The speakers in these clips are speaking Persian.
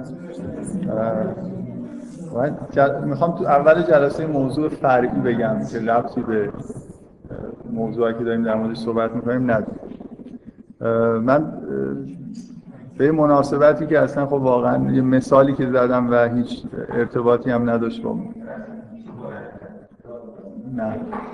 من میخوام تو اول جلسه موضوع فرعی بگم که ربطی به موضوعی که داریم در موردش صحبت میکنیم نداره. من به مناسبتی که اصلا خب واقعا یه مثالی که زدم و هیچ ارتباطی هم نداشت با نه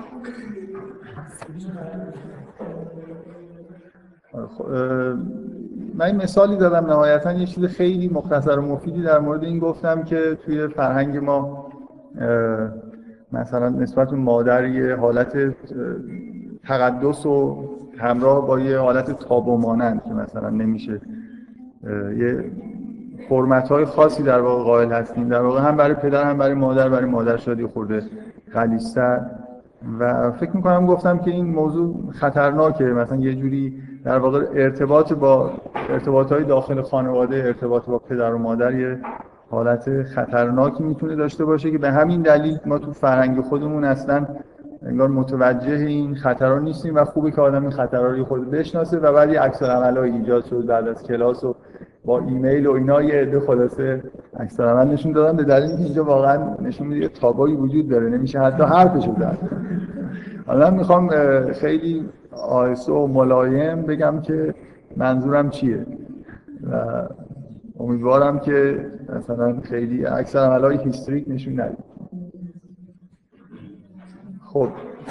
من این مثالی دادم، نهایتاً یه چیز خیلی مختصر و مفیدی در مورد این گفتم که توی فرهنگ ما مثلا نسبت به مادر یه حالت تقدس و همراه با یه حالت تابو مانند که مثلا نمیشه یه فرمت‌های خاصی در واقع قائل هستیم، در واقع هم برای پدر هم برای مادر شاید خورده غلیظ‌تر. و فکر میکنم گفتم که این موضوع خطرناکه، مثلا یه جوری در واقع ارتباطهای داخل خانواده، ارتباط با پدر و مادر یه حالت خطرناکی میتونه داشته باشه که به همین دلیل ما تو فرهنگ خودمون اصلا انگار متوجه این خطرها نیستیم و خوبه که آدم این خطرها رو خود بشناسه و بعد یه عکس‌العمل‌های ایجاد شد بعد از کلاس و با ایمیل و اینا یه عده خلاصه عکس‌العمل نشون دادن به دلیل اینکه اینجا واقعا نشون میده تابویی وجود داره، نمیشه حتی حرفش زد. حالا میخوام خیلی آهسته و ملایم بگم که منظورم چیه و امیدوارم که مثلا خیلی عکس‌العمل‌های هیستریک نشون نده. خب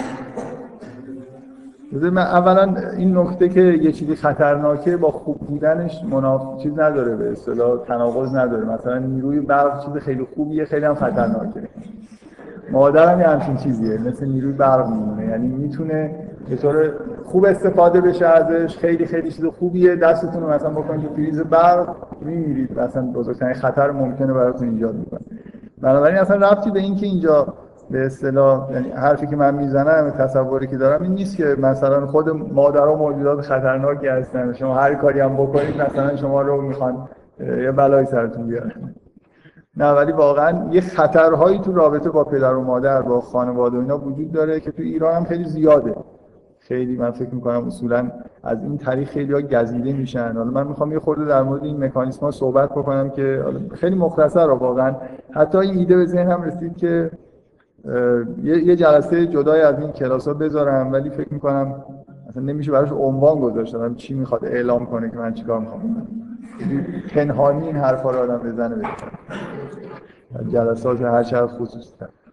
من اولا این نکته که یه چیزی خطرناکه با خوب بودنش چیز نداره، به اصطلاح تناقض نداره. مثلا نیروی برق چیز خیلی خوبیه، خیلی هم خطرناکه. مادرم یه همچین چیزیه، مثل نیروی برق میمونه، یعنی میتونه به طور خوب استفاده بشه ازش، خیلی خیلی چیز خوبیه. دستتون رو مثلا بکنید تو پریز برق میمیرید، مثلا بزرگترین خطر ممکنه براتون ایجاد میکنه. بنابراین اصلا ربطی به این که اینجا به اصطلاح، یعنی حرفی که من میزنم، تصوری که دارم این نیست که مثلا خود مادرها موجودات خطرناکی هستن، شما هر کاری هم بکنید مثلا شما رو میخوان یه بلایی سرتون بیارن. نه، ولی واقعا یه خطرهایی تو رابطه با پدر و مادر، با خانواده و اینا وجود داره که تو ایران هم خیلی زیاده. خیلی من فکر میکنم اصولا از این طریق خیلی‌ها گزیده میشن. حالا من میخوام یه خورده در مورد این مکانیسم‌ها صحبت بکنم که خیلی مختصر واقعا. حتی این ایده به ذهنم رسید که یه جلسه جدای از این کلاس‌ها بذارم، ولی فکر میکنم اصلا نمیشه براش عنوان گذاشتم چی میخواد اعلام کنه که من چیکار میخوام بکنم. پنهانی این حرفا رو آدم بزنه جلسات هر چقدر خصوصی.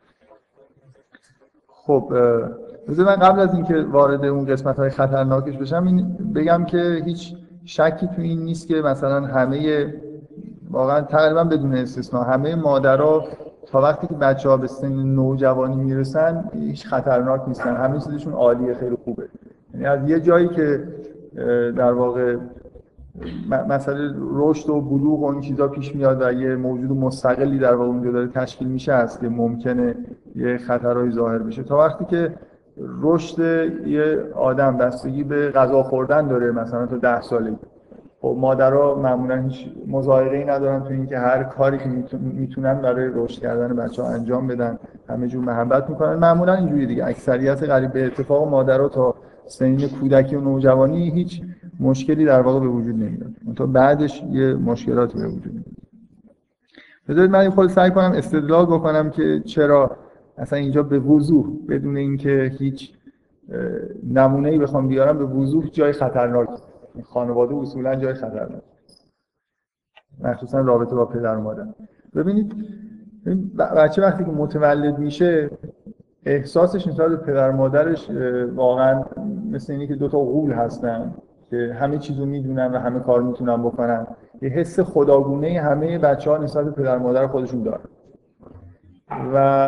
خب بذار من قبل از اینکه وارد اون قسمت‌های خطرناکش بشم این بگم که هیچ شکی تو این نیست که مثلا همه، واقعا تقریبا بدون استثنا، همه مادرها تا وقتی که بچه‌ها به سن نوجوانی میرسن هیچ خطرناک نیستن، همه چیزشون عالیه، خیلی خوبه. یعنی از یه جایی که در واقع مسئله رشد و بلوغ و این چیزا پیش میاد و یه موجود مستقلی در واقع اونجا داره تشکیل میشه است که ممکنه یه خطرهایی ظاهر بشه. تا وقتی که رشد یه آدم بستگی به غذا خوردن داره، مثلا تا 10 سالگی، خب مادرها معمولا هیچ مضایقه‌ای ندارن تو اینکه هر کاری که میتونن برای رشد کردن بچه‌ها انجام بدن، همه جور محبت میکنن. معمولا اینجوری دیگه، اکثریت قریب به اتفاق مادرها تا سنین کودکی و نوجوانی هیچ مشکلی در واقع به وجود نمیاد، تا بعدش یه مشکلاتی به وجود میاد. بذارید من خود سعی کنم استدلال بکنم که چرا اصلا اینجا به وضوح بدون اینکه هیچ نمونه‌ای بخوام بیارم به وضوح جای خطرناکی. خانواده اصولا جای خطرناک، مخصوصا رابطه با پدر و مادر. ببینید بچه وقتی که متولد میشه احساسش نسبت به پدر و مادرش واقعا مثل اینه که دو تا غول هستن که همه چیزو میدونن و همه کار میتونن بکنن. یه حس خداگونه همه بچه‌ها نسبت به پدر و مادر خودشون دارن و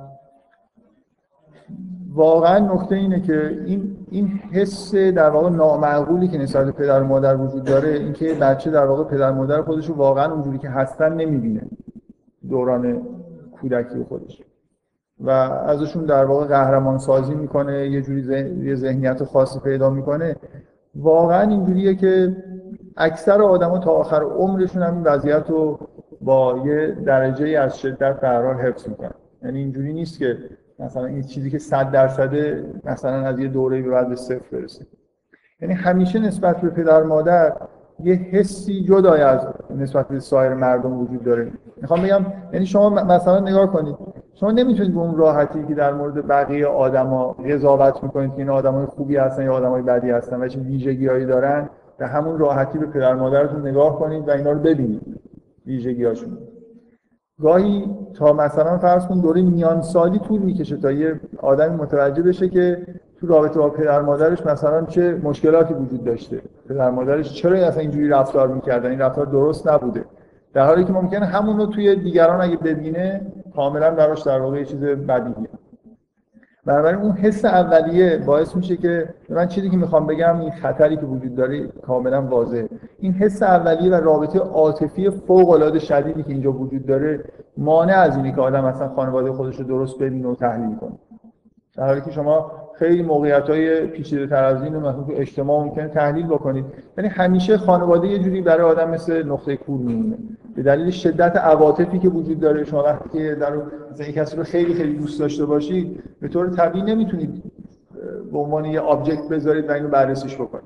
واقعا نکته اینه که این حس در واقع نامعقولی که نسبت به پدر و مادر وجود داره، اینکه بچه در واقع پدر و مادر خودش رو واقعا اونجوری که هستن نمیبینه دوران کودکی خودش و ازشون در واقع قهرمان سازی میکنه، یه جوری یه ذهنیت خاصی پیدا میکنه. واقعا اینجوریه که اکثر آدما تا آخر عمرشون هم این وضعیت رو با یه درجه از شدت به هر حال حفظ میکنن. یعنی اینجوری نیست که مثلا این چیزی که 100% مثلا از یه دوره‌ای به بعد به صفر برسه. یعنی همیشه نسبت به پدر مادر یه حسی جدای از نسبت به سایر مردم وجود داره. میخوام بگم یعنی شما مثلا نگاه کنید، شما نمیتونید به اون راحتی که در مورد بقیه آدما قضاوت میکنید که این آدمای خوبی هستن یا آدمای بدی هستن و چه ویژگی‌هایی دارن، به همون راحتی به پدر مادرتون نگاه کنید و اینا رو ببینید ویژگی‌هاشون. گاهی تا مثلا فرض کن دوره میان سالی طول میکشه تا یه آدمی متوجه بشه که تو رابطه با پدر مادرش مثلا چه مشکلاتی وجود داشته، پدر مادرش چرا اصلا اینجوری رفتار میکردن، این رفتار درست نبوده، در حالی که ممکنه همون رو توی دیگران اگه ببینه کاملا براش در واقع یه چیز بدیهیه. بنابراین اون حس اولیه باعث میشه که من چیزی که میخوام بگم این خطری که وجود داره کاملا واضحه. این حس اولیه و رابطه عاطفی فوق العاده شدیدی که اینجا وجود داره مانع از اینه که آدم اصلا خانواده خودش رو درست ببینه و تحلیل کنه. در حالی که شما خیلی موقعیت‌های پیچیده‌تر از این رو مثلا تو اجتماع ممکنه تحلیل بکنید، یعنی همیشه خانواده یه جوری برای آدم مثل نقطه کور میمونه به دلیل شدت عواطفی که وجود داره. شما وقتی در مثلا یک کسی رو خیلی خیلی دوست داشته باشید به طور طبیعی نمیتونید به عنوان یه آبجکت بذارید و اینو بررسیش بکنید.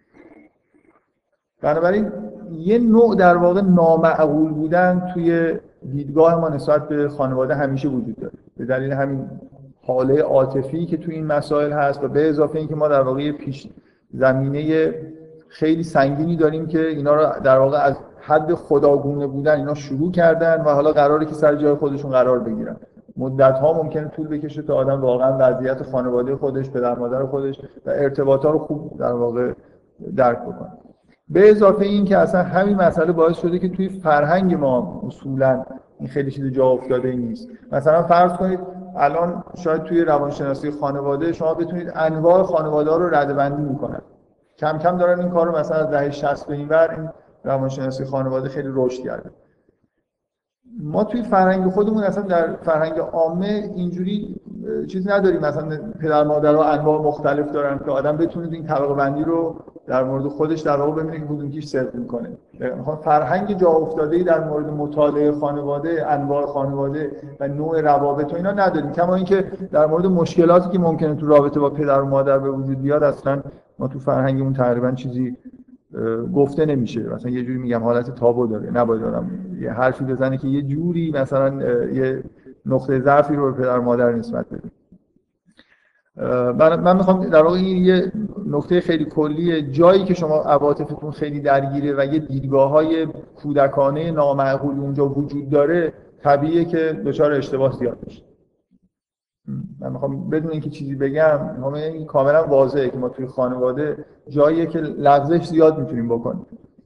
بنابراین یه نوع در واقع نامعقول بودن توی دیدگاه ما نسبت به خانواده همیشه وجود داره به دلیل همین حاله عاطفی که توی این مسائل هست و به اضافه اینکه ما در واقع پیش زمینه خیلی سنگینی داریم که اینا رو در واقع از حد خداگونه بودن اینا شروع کردن و حالا قراره که سر جای خودشون قرار بگیرن. مدت‌ها ممکنه طول بکشه تا آدم واقعا وضعیت خانواده خودش، پدر مادر خودش و ارتباطات رو خوب در واقع درک بکنه. به اضافه این که اصلا همین مسئله باعث شده که توی فرهنگ ما اصولاً این خیلی چیز جا افتاده نیست. مثلا فرض کنید الان شاید توی روانشناسی خانواده شما بتونید انواع خانواده‌ها رو رده‌بندی می‌کنن. کم کم دارن این کارو مثلا از دهه 60 به اینور این روانشناسی خانواده خیلی رشد کرده. ما توی فرهنگ خودمون اصلا در فرهنگ عامه اینجوری چیز نداریم، مثلا پدر مادرها انواع مختلف دارن که آدم بتونه این طبقه بندی رو در مورد خودش در واقع ببینه که بودونکیش صرف می‌کنه. فرهنگ جا افتاده‌ای در مورد مطالعه خانواده، انواع خانواده و نوع روابط و اینا نداریم. کما اینکه در مورد مشکلاتی که ممکنه تو رابطه با پدر و مادر به وجود بیاد اصلا ما تو فرهنگمون تقریبا چیزی گفته نمیشه. مثلا یه جوری میگم حالت تابو داره، نباید آدم یه حرفی بزنه که یه جوری مثلا یه نقطه ضعفی رو به پدر مادر نسبت بده. من میخوام در واقع این یه نکته خیلی کلیه، جایی که شما عواطفتون خیلی درگیره و یه دیدگاه‌های کودکانه نامعقول اونجا وجود داره، طبیعیه که دچار اشتباه زیاد بشه. من میخوام بدون اینکه چیزی بگم، این کاملا واضحه که ما توی خانواده جاییه که لغزش زیاد میتونیم بکنیم.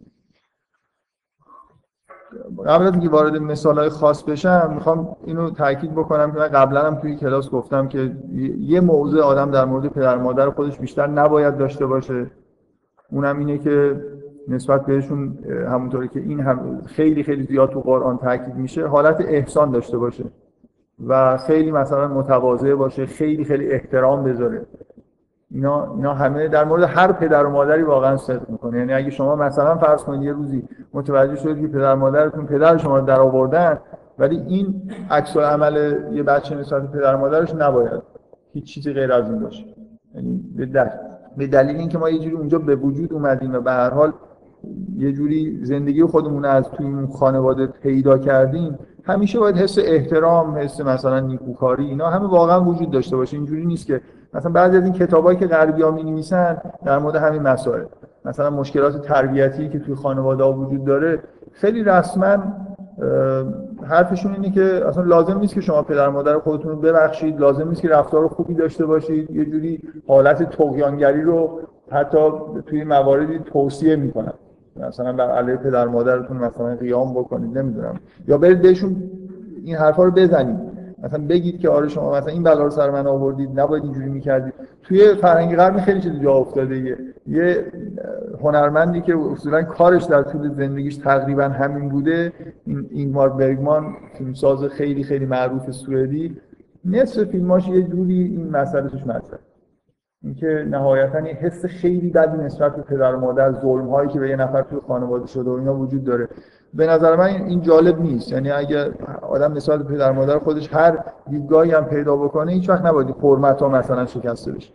قبل از اینکه وارد مثال‌های خاص بشم میخوام اینو تاکید بکنم که من قبلا هم توی کلاس گفتم که یه موضوع آدم در مورد پدر مادر خودش بیشتر نباید داشته باشه، اونم اینه که نسبت بهشون همونطوری که این هم خیلی خیلی زیاد تو قرآن تاکید میشه حالت احسان داشته باشه و خیلی مثلا متواضع باشه، خیلی خیلی احترام بذاره. اینا همه در مورد هر پدر و مادری واقعا صدق میکنه. یعنی اگه شما مثلا فرض کنید یه روزی متوجه شدید که پدر مادرتون پدر شما رو در آوردن، ولی این عکس العمل یه بچه نسبت به پدر مادرش نباید هیچ چیزی غیر از این باشه. یعنی به دلیل اینکه ما یه جوری اونجا به وجود اومدیم و به هر حال یه جوری زندگی خودمون از توی اون خانواده پیدا کردیم، همیشه باید حس احترام، حس مثلا نیکوکاری، اینا همه واقعا وجود داشته باشه. اینجوری نیست که مثلا بعضی از این کتابایی که غربی‌ها می‌نویسن در مورد همین مسائل، مثلا مشکلات تربیتی که توی خانواده‌ها وجود داره، خیلی رسما حرفشون اینه که اصلا لازم نیست که شما پدر مادر خودتون رو ببخشید، لازم نیست که رفتار خوبی داشته باشید، یه جوری حالت طغیانگری رو حتی توی مواردی توصیه می‌کنن، مثلا بر علیه پدر مادرتون مثلا قیام بکنید، نمیدونم، یا برید بهشون این حرفا رو بزنید، مثلا بگید که آره شما مثلا این بلا رو سر من آوردید، نباید اینجوری می‌کردید. توی فرهنگ غربی خیلی چیز جا افتاده. یه هنرمندی که اصولا کارش در طول زندگیش تقریبا همین بوده، این اینگمار برگمان، فیلمساز خیلی خیلی معروف سوئدی، نصف فیلماش یه جوری این مسئله توش مطرحه، اینکه نهایتاً یه حس خیلی بدی نسبت به پدر و مادر، ظلم‌هایی که به یه نفر توی خانواده شده و اینا وجود داره. به نظر من این جالب نیست. یعنی اگه آدم نسبت به پدر مادر خودش هر دیدگاهی هم پیدا بکنه، هیچ وقت نباید حرمت‌ها مثلا شکسته بشه.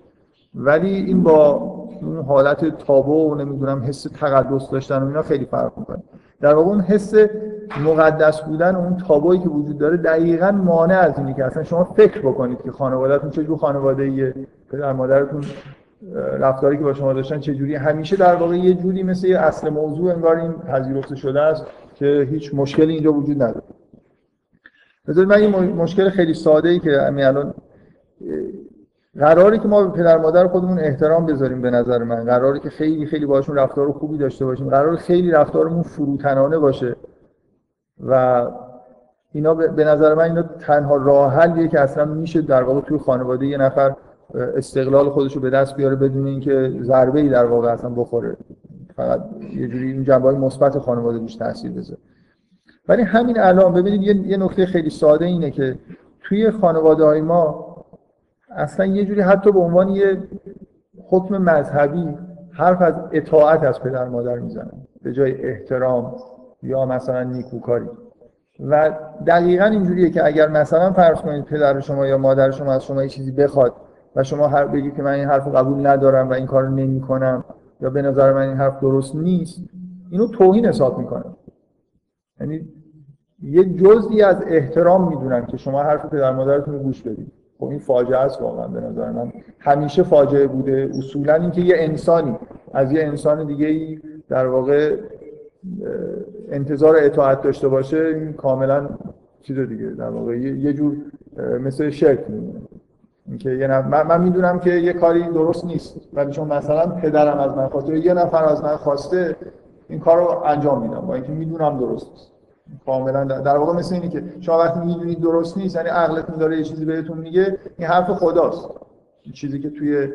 ولی این با اون حالت تابو و نمیدونم حس تقدس داشتن و اینا خیلی فرق میکنه. در واقع اون حس مقدس بودن و اون تابویی که وجود داره دقیقاً مانع از اینه که اصلا شما فکر بکنید که خانواده‌تون چه جور خانواده‌ایه، پدر مادرتون رفتاری که با شما داشتن چه جوری. همیشه در واقع یه جوری مثل یه اصل موضوع انگار این پذیرفته شده است که هیچ مشکلی اینجا وجود نداره. بذارید من یه مشکل خیلی ساده‌ای که همین الان قراره که ما به پدر مادر خودمون احترام بذاریم، به نظر من قراره که خیلی خیلی باشون رفتار خوبی داشته باشیم، قراره خیلی رفتارمون فروتنانه باشه و اینا به نظر من اینا تنها راه حلیه که اصلا میشه در واقع توی خانواده یه نفر استقلال خودش رو به دست بیاره بدون اینکه ضربه‌ای در واقع اصلا بخوره، فقط یه جوری این جنبه‌های مثبت خانواده روش تاثیر بذاره. ولی همین الان ببینید یه نکته خیلی ساده اینه که توی خانواده‌های ما اصلا یه جوری حتی به عنوان یه حکم مذهبی حرف از اطاعت از پدر مادر میزنن به جای احترام یا مثلا نیکوکاری. و دقیقاً اینجوریه که اگر مثلا فرض کنید پدر شما یا مادر شما از شما یه چیزی بخواد و شما بگید که من این حرف رو قبول ندارم و این کارو نمی‌کنم یا به نظر من این حرف درست نیست، اینو توهین حساب می‌کنم. یعنی یه جزئی از احترام میدونن که شما حرف پدر مادرتون رو گوش بدید. خب این فاجعه است واقعا. به نظر من همیشه فاجعه بوده اصولا اینکه یه انسانی از یه انسان دیگه‌ای در واقع انتظار اطاعت داشته باشه، این کاملا چیز دیگه در واقع یه جور مثل شرک میمونه. اینکه من میدونم که یه کاری درست نیست ولی چون مثلا پدرم از من خواسته، یه نفر از من خواسته، این کارو انجام میدم با اینکه میدونم درست نیست. کاملا در واقع مثل اینه که شما وقتی میدونید درست نیست، یعنی عقلتون داره یه چیزی بهتون میگه، این حرف خداست. این چیزی که توی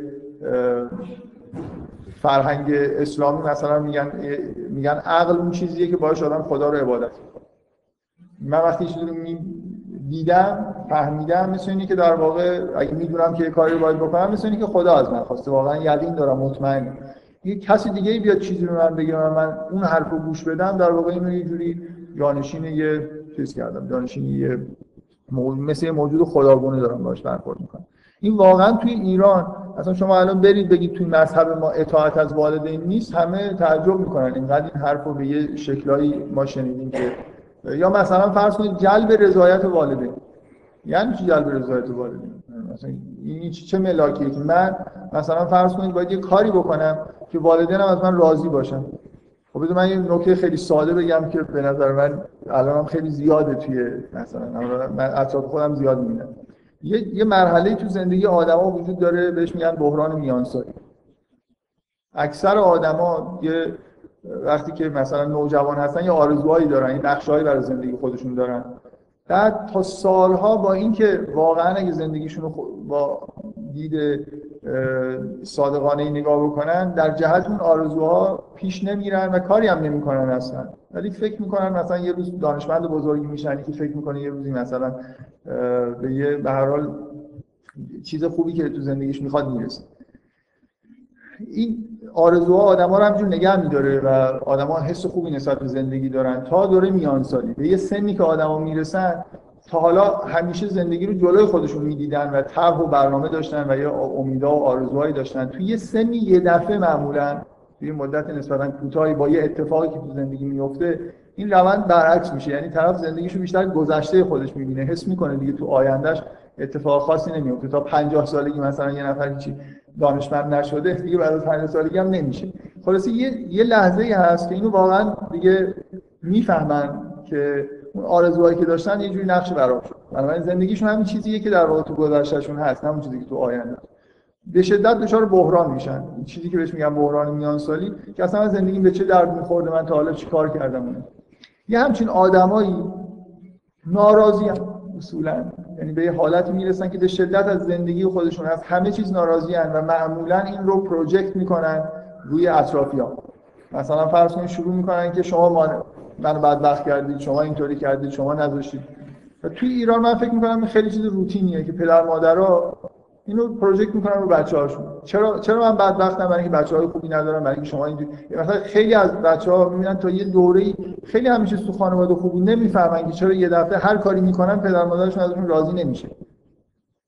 فرهنگ اسلامی مثلا میگن عقل اون چیزیه که باعث آدم خدا رو عبادت کنه. من وقتی چیزی رو دیدم فهمیدم مثل اینه که در واقع اگه میدونم که یه کاری رو باید بکنم، مثل اینه که خدا از من خواسته، واقعا یقین دارم، مطمئنم. یه کسی دیگه بیاد چیزی رو من بگه من اون حرفو گوش بدم، در واقع اینو یه جوری جانشین یه چیز کردم، جانشین یه مثل یه موجود خداگونه دارم باهاش برخورد میکنم. این واقعا توی ایران اصلا شما الان برید بگید توی مذهب ما اطاعت از والدین نیست، همه تعجب میکنن. اینقدر این حرفو به یه شکلایی ما شنیدیم که یا مثلا فرض کنید جلب رضایت والدین. یعنی چی جلب رضایت والدین؟ مثلا این چه ملاکیه که من مثلا فرض کنید باید یه کاری بکنم که والدینم از من راضی باشن. خب بذار من یه نکته خیلی ساده بگم که به نظر من الانم خیلی زیاده توی مثلا من اطراف خودم زیاد میبینم. یه مرحله تو زندگی آدما وجود داره بهش میگن بحران میانسالی. اکثر آدما یه وقتی که مثلا نوجوان هستن یه آرزوهایی دارن، یه نقشه‌هایی برای زندگی خودشون دارن. بعد تا سالها با اینکه واقعا اگه زندگیشون رو با دید صادقانه‌ای نگاه بکنن، در جهت اون آرزوها پیش نمیرن و کاری هم نمی‌کنن اصلا. ولی فکر می‌کنن مثلا یه روز دانشمند بزرگی میشن، که فکر می‌کنه یه روزی مثلا به هر حال چیز خوبی که تو زندگیش می‌خواد میرسه. این آرزوها آدم‌ها رو همینجور نگه می‌داره و آدم‌ها حس خوبی نسبت به زندگی دارن تا دوره میانسالی. به یه سنی که آدم‌ها میرسن، تا حالا همیشه زندگی رو جلوی خودشون می‌دیدن و طرح و برنامه داشتن و یه امیدها و آرزوهایی داشتن. توی یه سنی یه دفعه معمولاً توی مدت نسبتاً کوتاهی با یه اتفاقی که تو زندگی میفته، این روند برعکس میشه. یعنی طرف زندگیشو بیشتر گذشته خودش می‌بینه، حس می‌کنه دیگه تو آیندهش اتفاق خاصی نمیفته. تا 50 سالگی مثلا یه نفر هیچی دانشمند نشده، دیگه بعد از 50 سالگی هم نمیشه. خلاصه یه لحظه‌ای هست که اینو واقعا دیگه میفهمن که اون آرزوهایی که داشتن یه جوری نقش برآب شد. بنابراین زندگیشون همین چیزیه که در واقع تو گذشتهشون هست، همون چیزی که تو آینده. به شدت دچار بحران میشن. این چیزی که بهش میگن بحران میانسالی، که اصلا زندگی به چه درد می‌خورده، من تا حالا چیکار کردم اون. یه همچین آدمایی ناراضی ان اصولاً، یعنی به یه حالتی میرسن که به شدت از زندگی خودشون هست، همه چیز ناراضی ان و معمولاً این رو پروژکت میکنن روی اطرافیان. مثلا فرض کنید شروع میکنن که شما منو بدبخت کردید، شما اینطوری کردید، شما نذاشتید. و توی ایران من فکر میکنم خیلی چیز روتینیه که پدر مادرها اینو پروژکت میکنن رو بچه‌هاشون. چرا من بدبختم؟ برای اینکه بچه‌های خوبی ندارم، برای اینکه شما اینجوری. مثلا خیلی از بچه‌ها میبینن تا یه دوره‌ای خیلی همیشه تو خانواده خوبی، نمیفهمن که چرا یه دفعه هر کاری میکنن پدر مادرشون ازشون راضی نمیشه.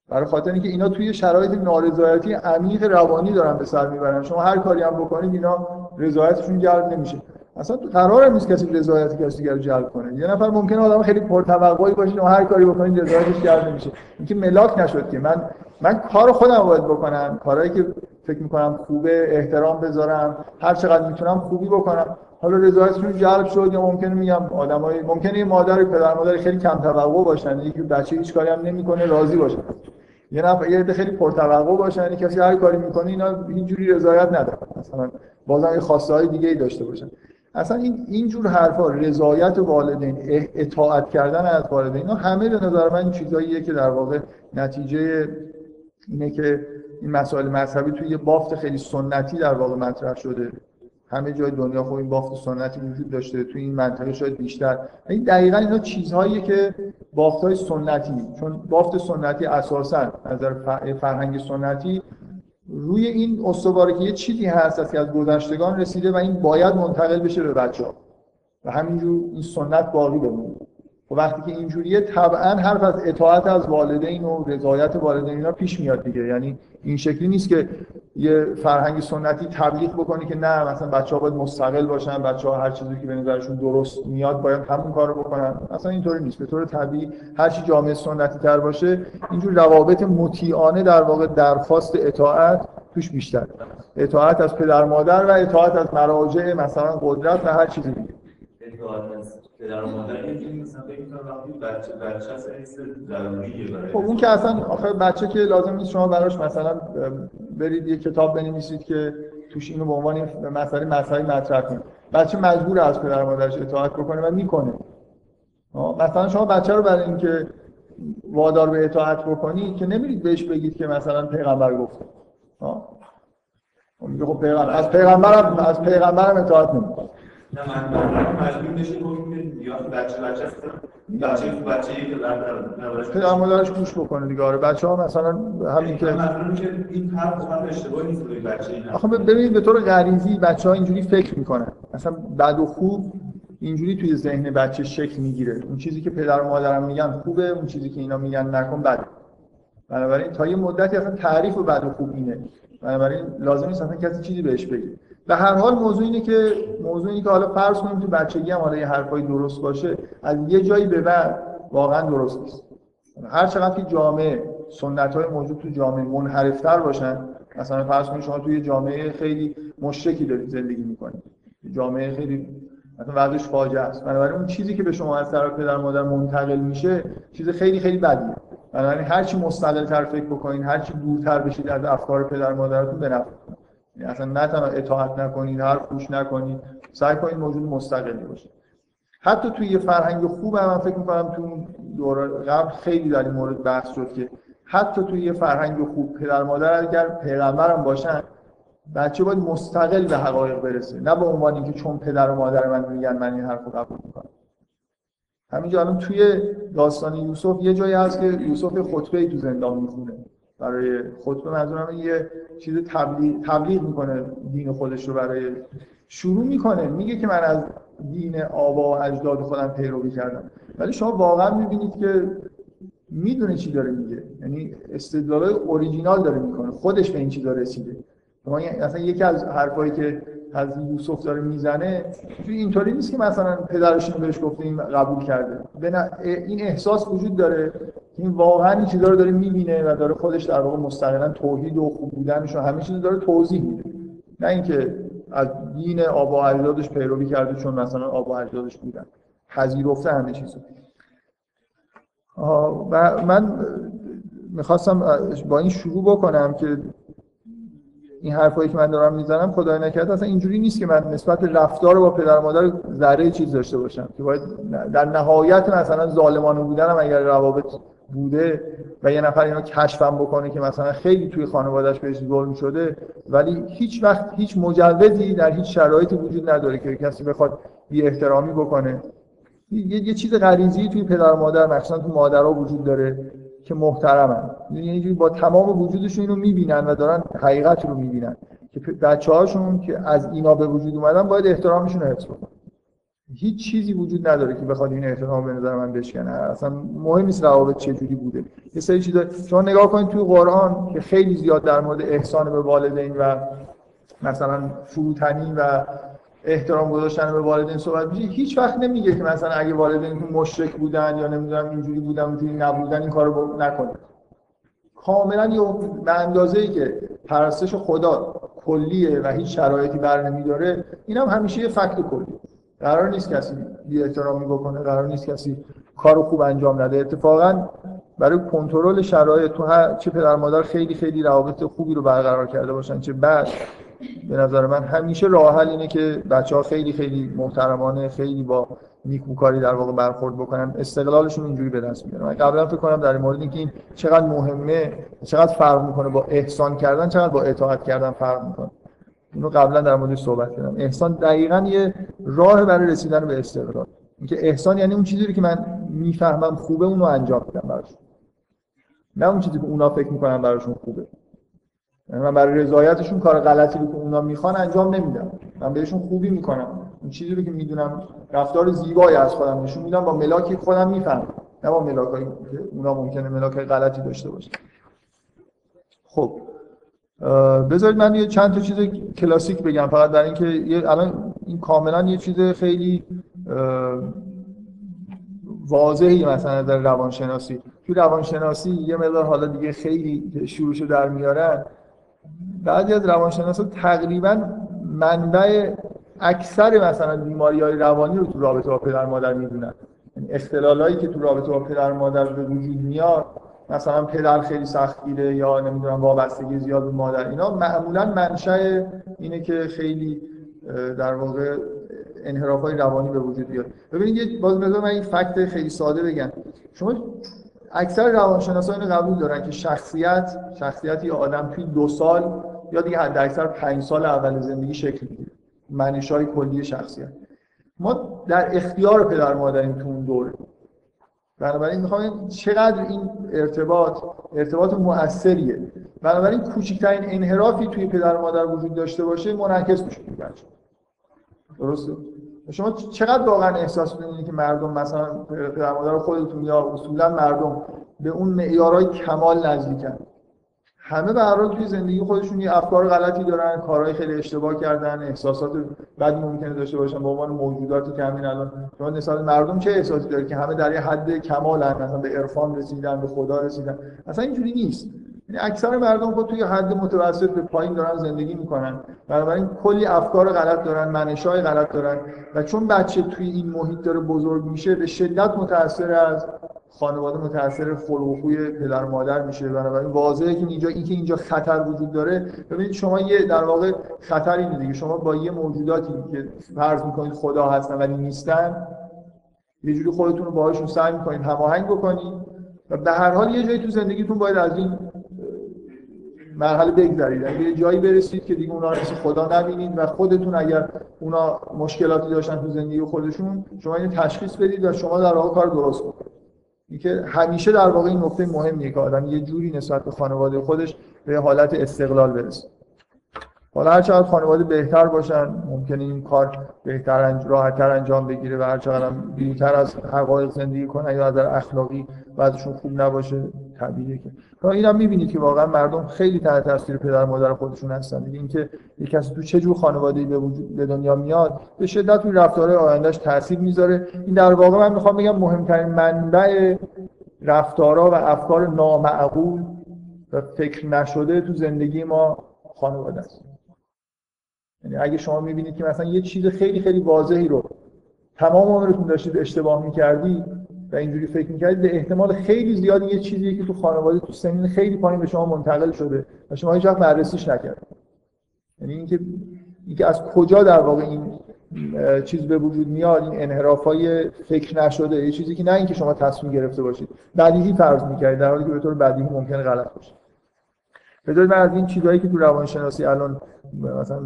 برای خاطر اینکه اینا توی شرایط نارضایتی عمیق روانی دارن به سر میبرن. شما هر کاری هم بکنید اینا رضایتشون جلب نمیشه. اصلا قرار نیست کسی رضایت کسی دیگر رو جلب کنه. یه نفر ممکنه آدم خیلی پرتوقعی باشه و هر کاری بکنید رضایتش جلب نمیشه. اینکه ملاک نشد که من کار خودم باید بکنم، کارهایی که فکر میکنم خوبه احترام بذارم، هر چقدر میتونم خوبی بکنم. حالا رضایتشون جلب شد یا ممکنه میگم آدمای ممکنه یه پدر مادر خیلی کم توقع باشن، یکی بچه هیچ کاری هم نمیکنه راضی باشه. یه عده خیلی پرتوقع باشن، یعنی کسی هر کاری میکنه اینا اینجوری رضایت نداره، مثلا بازم یه خواسته‌های دیگه‌ای داشته باشن. اصلا این جور حرفا، رضایت والدین، اطاعت کردن از والدین، اینا همه به نظر من چیزاییه که در واقع نتیجه اینه که این مسائل مذهبی توی یه بافت خیلی سنتی در واقع مطرح شده. همه جای دنیا خب این بافت سنتی وجود داشته، توی این منطقه شاید بیشتر. این دقیقاً اینا چیزهاییه که بافت‌های سنتی، چون بافت سنتی اساساً از نظر فرهنگ سنتی روی این استواره که یه چیزی هست که از گذشتگان رسیده و این باید منتقل بشه به بچه‌ها و همینجور این سنت باقی بمونه. و وقتی که اینجوریه طبعاً حرف از اطاعت از والدین و رضایت والدین اینا پیش میاد دیگه. یعنی این شکلی نیست که یه فرهنگ سنتی تبلیغ بکنه که نه مثلا بچه‌ها باید مستقل باشن، بچه‌ها هر چیزی که به نظرشون درست میاد باید همون کارو بکنن. اصلا اینطوری نیست. به طور طبیعی هر چی جامعه سنتی تر باشه اینجور روابط مطیعانه در واقع درخواست اطاعت توش بیشتر، اطاعت از پدر مادر و اطاعت از مراجع مثلا قدرت و هر چیزی دیگه. پدر و مادر اینجوری مثلا فکر می‌کنم وقتی بچه اصلا ضروریه برای خب اون که اصلا آخه بچه که لازم نیست شما براش مثلا برید یه کتاب بنویسید که توش اینو به عنوان مسئله مذهبی مطرح کنید. بچه مجبور از پدر و مادرش اطاعت بکنه و میکنه. مثلا شما بچه رو برای اینکه وادار به اطاعت بکنید که نمیرید بهش بگید که مثلا پیغمبر گفته. میگه خب از پیغمبرم اطاعت نمیکنه. نه من مجبور میشه که یا بچه‌ای که پدر مادرش گوش بکنه دیگه. آره بچه‌ها مثلا همین که این حرف اشتباهی نیست برای بچه اینا. آخه ببینید به طور غریزی بچه‌ها اینجوری فکر میکنن. مثلا بد و خوب اینجوری توی ذهن بچه شکل میگیره. اون چیزی که پدر و مادرم میگن خوبه، اون چیزی که اینا میگن نکن بده. بنابراین تا یه مدتی اصلا تعریف بد و خوب اینه. بنابراین لازم نیست اصلا کسی چیزی بهش بگه. به هر حال موضوع اینه که حالا فرض کنیم تو بچگی هم حالا یه حرفایی درست باشه، از یه جایی به بعد واقعا درست نیست. هر چقدر که جامعه سنت‌های موجود تو جامعه منحرف‌تر باشن، مثلا فرض کنید شما توی جامعه خیلی مشرکی دارید زندگی می‌کنید، جامعه خیلی مثلا وضعش فاجعه است، بنابراین اون چیزی که به شما از طرف پدر مادر منتقل میشه چیز خیلی خیلی بدیه. بنابراین هر چی مستقل‌تر فکر بکنید، هر چی دورتر بشید از افکار پدر مادرتون بنفع. اصلا نه تنها اطاعت نکنید، حرف گوش نکنید، سعی کنید موجود مستقلی باشید. حتی توی یه فرهنگ خوب هم من فکر می‌کنم تو دوره قبل خیلی در این مورد بحث شد که حتی توی یه فرهنگ خوب پدر مادر اگر پیغمبرم باشن، بچه باید مستقل به حقایق برسه، نه به عنوان اینکه چون پدر و مادر من میگن من این حرفو قبول می‌کنم. همینجا الان توی داستان یوسف یه جایی هست که یوسف خطبه‌ای تو زندان می‌خونه. برای خطبه منظورم یه چیز تبلیغ میکنه دین خودش رو، برای شروع میکنه میگه که من از دین آبا و اجداد خودم پیروی کردم، ولی شما واقعا میبینید که میدونه چی داره میگه، یعنی استدلالای اوریجینال داره میکنه، خودش به این چیزا رسیده. مثلا یکی از حرفایی که از یوسف داره میزنه اینطوری نیست که مثلا پدرش اینو بهش گفته این قبول کرده، این احساس وجود داره این واقعا این چیزا رو داره میبینه و داره خودش در واقع مستقلا توحید و خوب بودنش و همه چیزو داره توضیح میده، نه اینکه از دین آبا و اجدادش پیروی کرده چون مثلا آبا و اجدادش بودن، پذیرفته همه چیزو. و من میخواستم با این شروع بکنم که این حرفایی که من دارم میزنم خدای نکرده اصلا اینجوری نیست که من نسبت رفتار با پدر مادر ذره چیز داشته باشم که باید در نهایت مثلا ظالمانه بودنم اگر روابط بوده و یه نفر اینو کشفم بکنه که مثلا خیلی توی خانواده‌اش بهش ظلم شده، ولی هیچ وقت هیچ مجوزی در هیچ شرایطی وجود نداره که کسی بخواد بی احترامی بکنه. یه چیز غریزی توی پدر و مادر مخصوصا تو مادرها وجود داره که محترمن، یعنی اینجوری با تمام وجودشون اینو میبینن و دارن حقیقت رو میبینن که بچه‌هاشون که از اینا به وجود اومدن باید احترامشون رو حفظ کنن. هیچ چیزی وجود نداره که بخواد این احترام به نظر من بشکنه. اصلا مهم نیست روابط چجوری بوده. یه سری چیزا شما نگاه کنید توی قرآن که خیلی زیاد در مورد احسان به والدین و مثلا فروتنی و احترام گذاشتن به والدین صحبت میشه، هیچ وقت نمیگه که مثلا اگه والدینتون مشرک بودن یا نمیدونم اینجوری بودن اونجوری نبودن این کارو نکنید. کاملا به اندازه‌ای که پرستش خدا کلیه و هیچ شرایطی بر نمیداره، اینم همیشه یه فکت کلیه. قرار نیست کسی بی احترامی بکنه، قرار نیست کسی کارو خوب انجام نده. اتفاقا برای کنترل شرایط تو چه پدر مادر خیلی خیلی روابط خوبی رو برقرار کرده باشن چه بعد، به نظر من همیشه راه حل اینه که بچه‌ها خیلی خیلی محترمانه، خیلی با نیکوکاری در واقع برخورد بکنن، استقلالشون اینجوری به دست میارن. من قبلا فکر کنم در مورد اینکه این چقدر مهمه، چقدر فرق میکنه با احسان کردن، چقدر با اطاعت کردن فرق میکنه. اینو قبلا در موردش صحبت کردم. احسان دقیقاً یه راه برای رسیدن به استقلال. اینکه احسان یعنی اون چیزی که من میفهمم خوبه اونو انجام میدم براشون، نه اون چیزی که اونا فکر میکنن براشون خوبه. یعنی من برای رضایتشون کار غلطی رو که اونا میخوان انجام نمیدم، من بهشون خوبی میکنم، اون چیزی رو که میدونم رفتار زیبایی از خودم نشون میدم با ملاکی خودم میفهمم، نه با ملاکایی که اونا ممکنه ملاکای غلطی داشته باشه. خب بذارید من یه چند تا چیز کلاسیک بگم فقط برای اینکه الان این کاملا یه چیز خیلی واضحی مثلا در روانشناسی، تو روانشناسی یه مقدار حالا دیگه خیلی شروعشو در میارن. بعضی از روانشناسا تقریبا منبع اکثر مثلا بیماری‌های روانی رو تو رابطه با پدر مادر میدونن. یعنی اختلالایی که تو رابطه با پدر مادر به وجود میاد، مثلا پدر خیلی سختگیره یا نمیدونم وابستگی زیاد به مادر، اینا معمولا منشأ اینه که خیلی در واقع انحراف‌های روانی به وجود بیاد. ببینید باز مثلا من این فکت خیلی ساده بگم، شما اکثر روانشناسا اینو قبول دارن که شخصیتی آدم توی 2 سال یا دیگه حداکثر 5 سال اول زندگی شکل میگیره. منشأهای کلی شخصیت ما در اختیار پدر مادریم تو اون دوره. بنابراین میخوام چقدر این ارتباط مؤثریه. بنابراین کوچکترین انحرافی توی پدر مادر وجود داشته باشه منعکس میشه توی بچه. درسته؟ شما چقدر واقعا احساس می‌کنید که مردم مثلا پدر مادر خودتون یا اصولا مردم به اون معیارهای کمال نزدیکن؟ همه به هر حال توی زندگی خودشون یه افکار غلطی دارن، کارهای خیلی اشتباه کردن، احساسات بدی ممکنه داشته باشن به عنوان موجوداتی که همین الان شما نسبت مردم چه احساسی داره که همه در یه حد کمالن، مثلا به عرفان رسیدن، به خدا رسیدن. اصلا اینجوری نیست. یعنی اکثر مردم خود توی حد متوسط به پایین دارن زندگی میکنن. بنابراین کلی افکار غلط دارن، منشأهای غلط دارن و چون بچه توی این محیط داره بزرگ میشه به شدت متأثر از خانواده، متأثر خلق و خوی پدر مادر میشه. بنابراین واضحه که اینجا خطر وجود داره. ببینید شما یه در واقع خطر اینه دیگه، شما با یه موجوداتی که فرض میکنید خدا هستن ولی نیستن، یه جوری خودتون رو باهاشون سعی میکنید هماهنگ بکنید و به هر حال یه جایی تو زندگیتون باید از این مرحله بگذرید، یه جایی برسید که دیگه اونا رو مثل خدا نبینید و خودتون اگر اونا مشکلاتی داشتن تو زندگی خودشون شما اینو تشخیص بدید و شما در واقع کار درست بکنید. اینکه همیشه در واقع این نکته مهمیه که آدم یه جوری نسبت به خانواده خودش به حالت استقلال برسه. حالا هر چقدر خانواده بهتر باشن ممکنه این کار راحت‌تر انجام بگیره و هر چقدر بیرون‌تر از حقایق زندگی کنن یا از اخلاقی وضعشون خوب نباشه طبیعیه که اینا می‌بینید که واقعا مردم خیلی تحت تاثیر پدر مادر خودشون هستن. دیگه اینکه یک کسی تو چه جور خانواده‌ای به دنیا میاد به شدت توی رفتارهای آینده‌اش تاثیر میذاره. این در واقع من می‌خوام بگم مهمترین منبع رفتارها و افکار نامعقول و فکر نشده تو زندگی ما خانواده است. یعنی اگه شما می‌بینید که مثلا یه چیز خیلی خیلی واضحی رو تمام عمرتون داشتید اشتباه می‌کردید و اینجوری فکر می‌کردید، به احتمال خیلی زیاد یه چیزیه که تو خانواده تو سنین خیلی پایین به شما منتقل شده و شما هیچ وقت بررسیش نکردید. یعنی اینکه از کجا در واقع این چیز به وجود میاد، این انحراف‌های فکر نشده، یه چیزی که نه اینکه شما تصمیم گرفته باشید بدیهی فرض می‌کردید در حالی که به طور بدیهی ممکنه غلط باشه. بذارید من از این چیزایی که تو روانشناسی الان مثلا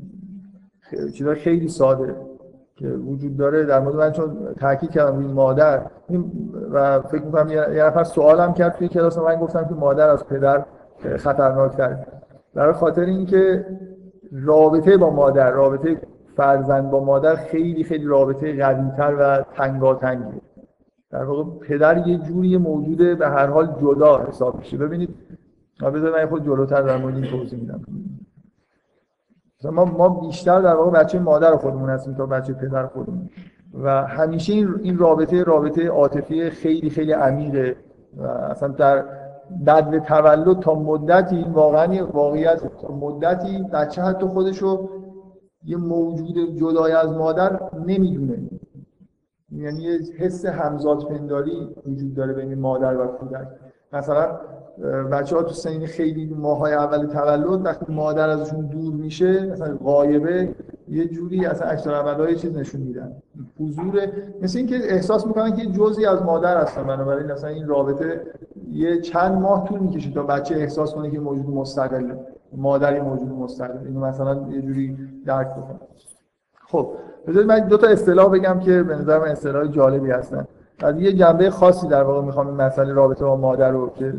چیزای خیلی ساده که وجود داره در مورد من، چون تاکید کردم روی مادر و فکر می‌کنم یه نفر سوالم کرد توی کلاس من گفتم که مادر از پدر خطرناک‌تره، برای خاطر اینکه رابطه با مادر رابطه فرزند با مادر خیلی خیلی رابطه قوی‌تر و تنگاتنگیه. در واقع پدر یه جوری موجوده به هر حال جدا حساب میشه. ببینید بذارید من خود جلوتر در مورد این توضیح میدم. مثلا ما بیشتر در واقع بچه مادر خودمون هستیم تا بچه پدر خودمون و همیشه این رابطه عاطفی خیلی خیلی عمیقه و اصلا در بعد تولد تا مدتی این واقعا واقعیت تا مدتی بچه حتی خودشو یه موجود جدای از مادر نمیدونه، یعنی یه حس همزادپنداری وجود داره بین مادر و کودک. مثلا بچه‌ها تو سن خیلی ماه‌های اول تولد وقتی مادر ازشون دور میشه مثلا غایبه یه جوری اصلا عکس‌العمل‌ها یه چیز نشون میدن، حضور مثل اینکه احساس میکنن که یه جزئی از مادر هستن. بنابراین مثلا این رابطه یه چند ماه طول میکشه تا بچه احساس کنه که موجود مستقله، مادر یه موجود مستقل، اینو مثلا یه جوری درک بکنه. خب بذارید من دو تا اصطلاح بگم که به نظر من اصطلاح جالبی هستن. از یه جنبه خاصی در واقع میخوام این مسئله رابطه با مادر رو که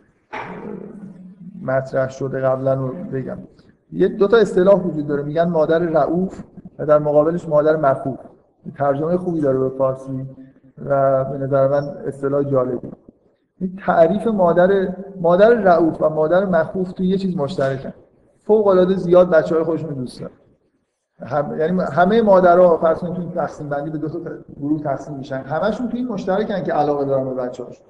مطرح شده قبلا رو بگم. یه دو تا اصطلاح وجود داره، میگن مادر رؤوف و در مقابلش مادر مخوف. ترجمه خوبی داره به فارسی و به نظر من اصطلاح جالبی. این تعریف مادر رؤوف و مادر مخوف تو یه چیز مشترکن. فوق العاده زیاد بچه‌های خودشون رو دوست دارن. یعنی همه مادرها فرض کنید تو تقسیم بندی به دو تا گروه تقسیم میشن، همشون تو این مشترکن که علاقه دارن به بچه‌هاشون.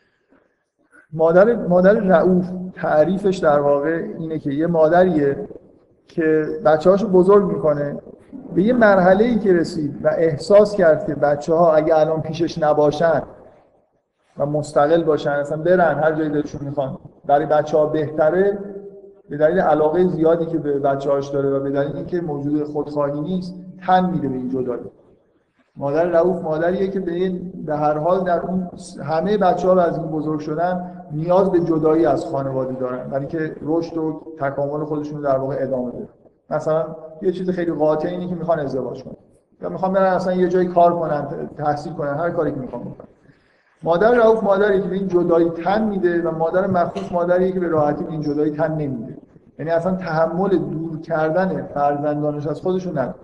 مادر رؤوف تعریفش در واقع اینه که یه مادریه که بچه‌هاشو بزرگ میکنه، به یه مرحله‌ای که رسید و احساس کرد که بچه‌ها اگه الان پیشش نباشن و مستقل باشن، اصلا برن هر جایی دلشون میخوان، برای بچه‌ها بهتره، به دلیل علاقه زیادی که به بچه‌هاش داره و به دلیل اینکه موجود خودخواهی نیست تن میده به این جدایی. مادر رؤوف مادریه که به هر حال در اون همه بچه‌ها از این بزرگ شدن نیاز به جدایی از خانواده دارن برای اینکه رشد و تکامل خودشون در واقع ادامه بدن. مثلا یه چیز خیلی قاطع اینه که میخوان ازدواج کنن یا میخوان برن اصلا یه جایی کار کنن، تحصیل کنن، هر کاری که میخوان بکنن. مادر رؤوف مادری که به این جدایی تن میده و مادر مخوف مادریه که به راحتی به این جدایی تن نمیده. یعنی اصلا تحمل دور کردن فرزندانش از خودشون نداره.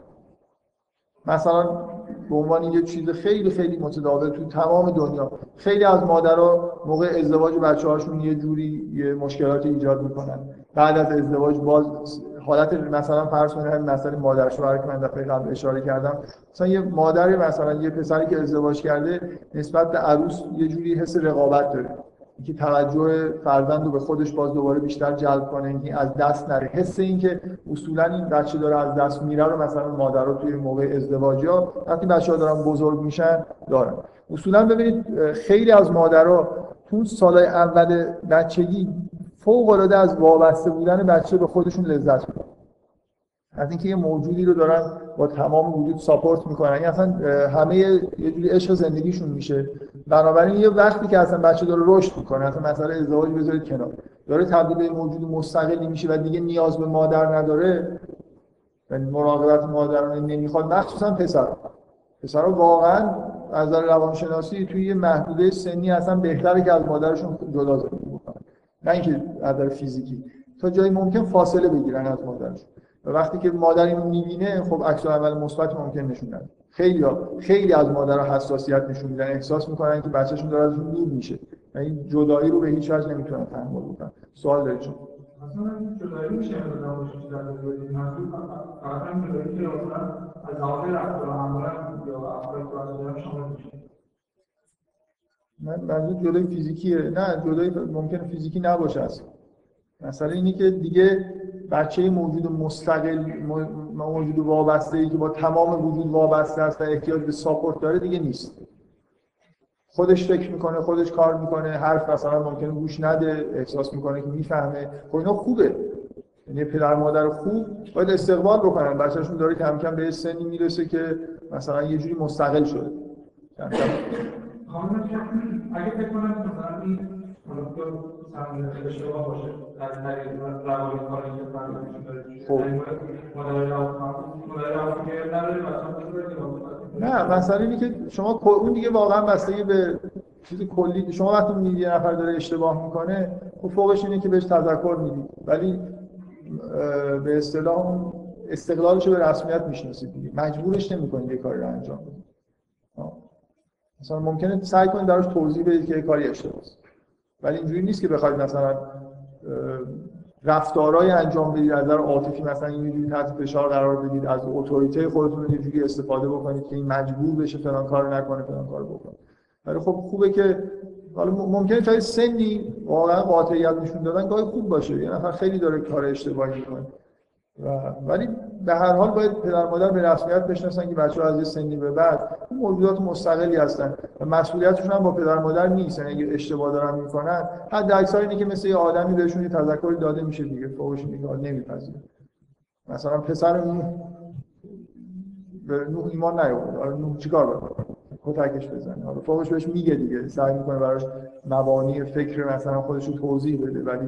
مثلا به عنوان یه چیز خیلی خیلی متداول تو تمام دنیا خیلی از مادرها موقع ازدواج بچه‌هاشون یه جوری یه مشکلاتی ایجاد میکنن، بعد از ازدواج باز حالت مثلا فرض کنید همین مسئله مادر شوهر که من دفعه قبل اشاره کردم، مثلا یه مادری مثلا یه پسری که ازدواج کرده نسبت به عروس یه جوری حس رقابت داره که توجه فرزند رو به خودش باز دوباره بیشتر جلب کنه، اینکه از دست نره. حس این که اصولا این بچه داره از دست میره رو مثلا مادرها توی موقع ازدواج یا وقتی بچه‌ها دارن بزرگ میشن دارن. اصولا ببینید خیلی از مادرها تو سالهای اول بچگی فوق العاده از وابسته بودن بچه به خودشون لذت میبرن، از اینکه یه موجودی رو دارن با تمام وجود ساپورت میکنن، یعنی اصلا همه یه جوری عشق زندگیشون میشه. بنابراین یه وقتی که اصلا بچه داره رشد میکنه، اصلا مسئله ازدواج بذارید کنار، داره تبدیل به موجود مستقلی میشه و دیگه نیاز به مادر نداره و مراقبت مادرانه نمیخواد، مخصوصا پسرها واقعا از نظر روانشناسی توی یه محدوده سنی اصلا بهتره که از مادرشون جدا زندگی بکنن، نه اینکه از نظر فیزیکی، تا جایی ممکن فاصله بگیرن از مادرشون. و وقتی که مادر اینو میبینه خب عکس العمل مثبت ممکن نشون بده. خیلی از مادرها حساسیت نشون میدن، احساس میکنن که بچه‌شون داره ازشون دور میشه و این جدایی رو به هیچ وجه نمیتونن تحمل بکنن. سوال دارید شما؟ مثلا جدایی میشه مثلا باشه در زندگی محدود فقط هم جدایی که مثلا از لحاظ رفتار همراه یا افراد واسه شامل میشه. منظور جدایی فیزیکیه؟ نه، جدایی ممکنه فیزیکی نباشه اصلا. مسئله اینه که دیگه بچه موجود مستقل، موجود وابسته‌ای که با تمام وجود وابسته است و احتیاج به ساپورت داره دیگه نیست. خودش فکر میکنه، خودش کار میکنه، حرف مثلا ممکنه گوش نده، احساس میکنه که میفهمه. خب اینا خوبه. یعنی پدر مادر خوب باید استقبال بکنن، بچه‌شون داره کم کم به سنی میرسه که مثلا یه جوری مستقل شده. کم کم اگه فکر کنم مثلا این حالا اشتباه باشه در طریق روانی کاری که فرزندشون داره نه، مثلا اینه که شما اون دیگه واقعا بستگی به چیز کلی، شما وقتی می‌بینید یه نفر داره اشتباه میکنه خب فوقش اینه که بهش تذکر میدید، ولی به اصطلاح استقلالش رو به رسمیت میشناسید دیگه، مجبورش نمی‌کنید یه کاری رو انجام بده. مثلا ممکنه سعی کنید براش توضیح بدید که یه کاری اشتباهه، ولی اینجوری نیست که بخواید مثلا رفتارهای انجام بدید از نظر عاطفی، مثلا اینجوری تحت فشار قرار بدید، از اتوریته خودتون یه جوری استفاده بکنید که این مجبور بشه فلان کارو نکنه فلان کارو بکنه. ولی خب خوبه که حالا ممکنه تا سنی واقعا قاطعیت نشون دادن گاهی خوب باشه، یه نفر خیلی داره کار اشتباهی میکنه ولی به هر حال باید پدر مادر به رسمیت بشناسن که بچه‌ها از یه سنی به بعد موجودات مستقلی هستن و مسئولیتشون هم با پدر مادر نیست. یعنی اگه اشتباه دارن میکنن حد اکثر اینه که مثل یه آدمی بهشون یه تذکری داده میشه دیگه، فوقش میگه نمیپذیره. مثلا پسر نوح به نوح ایمان نیاورد، آره نوح چیکار بکنه؟ کتکش بزنه. حالا فوقش بهش میگه دیگه، سعی میکنه براش مبانی فکر مثلا خودش رو توضیح بده، ولی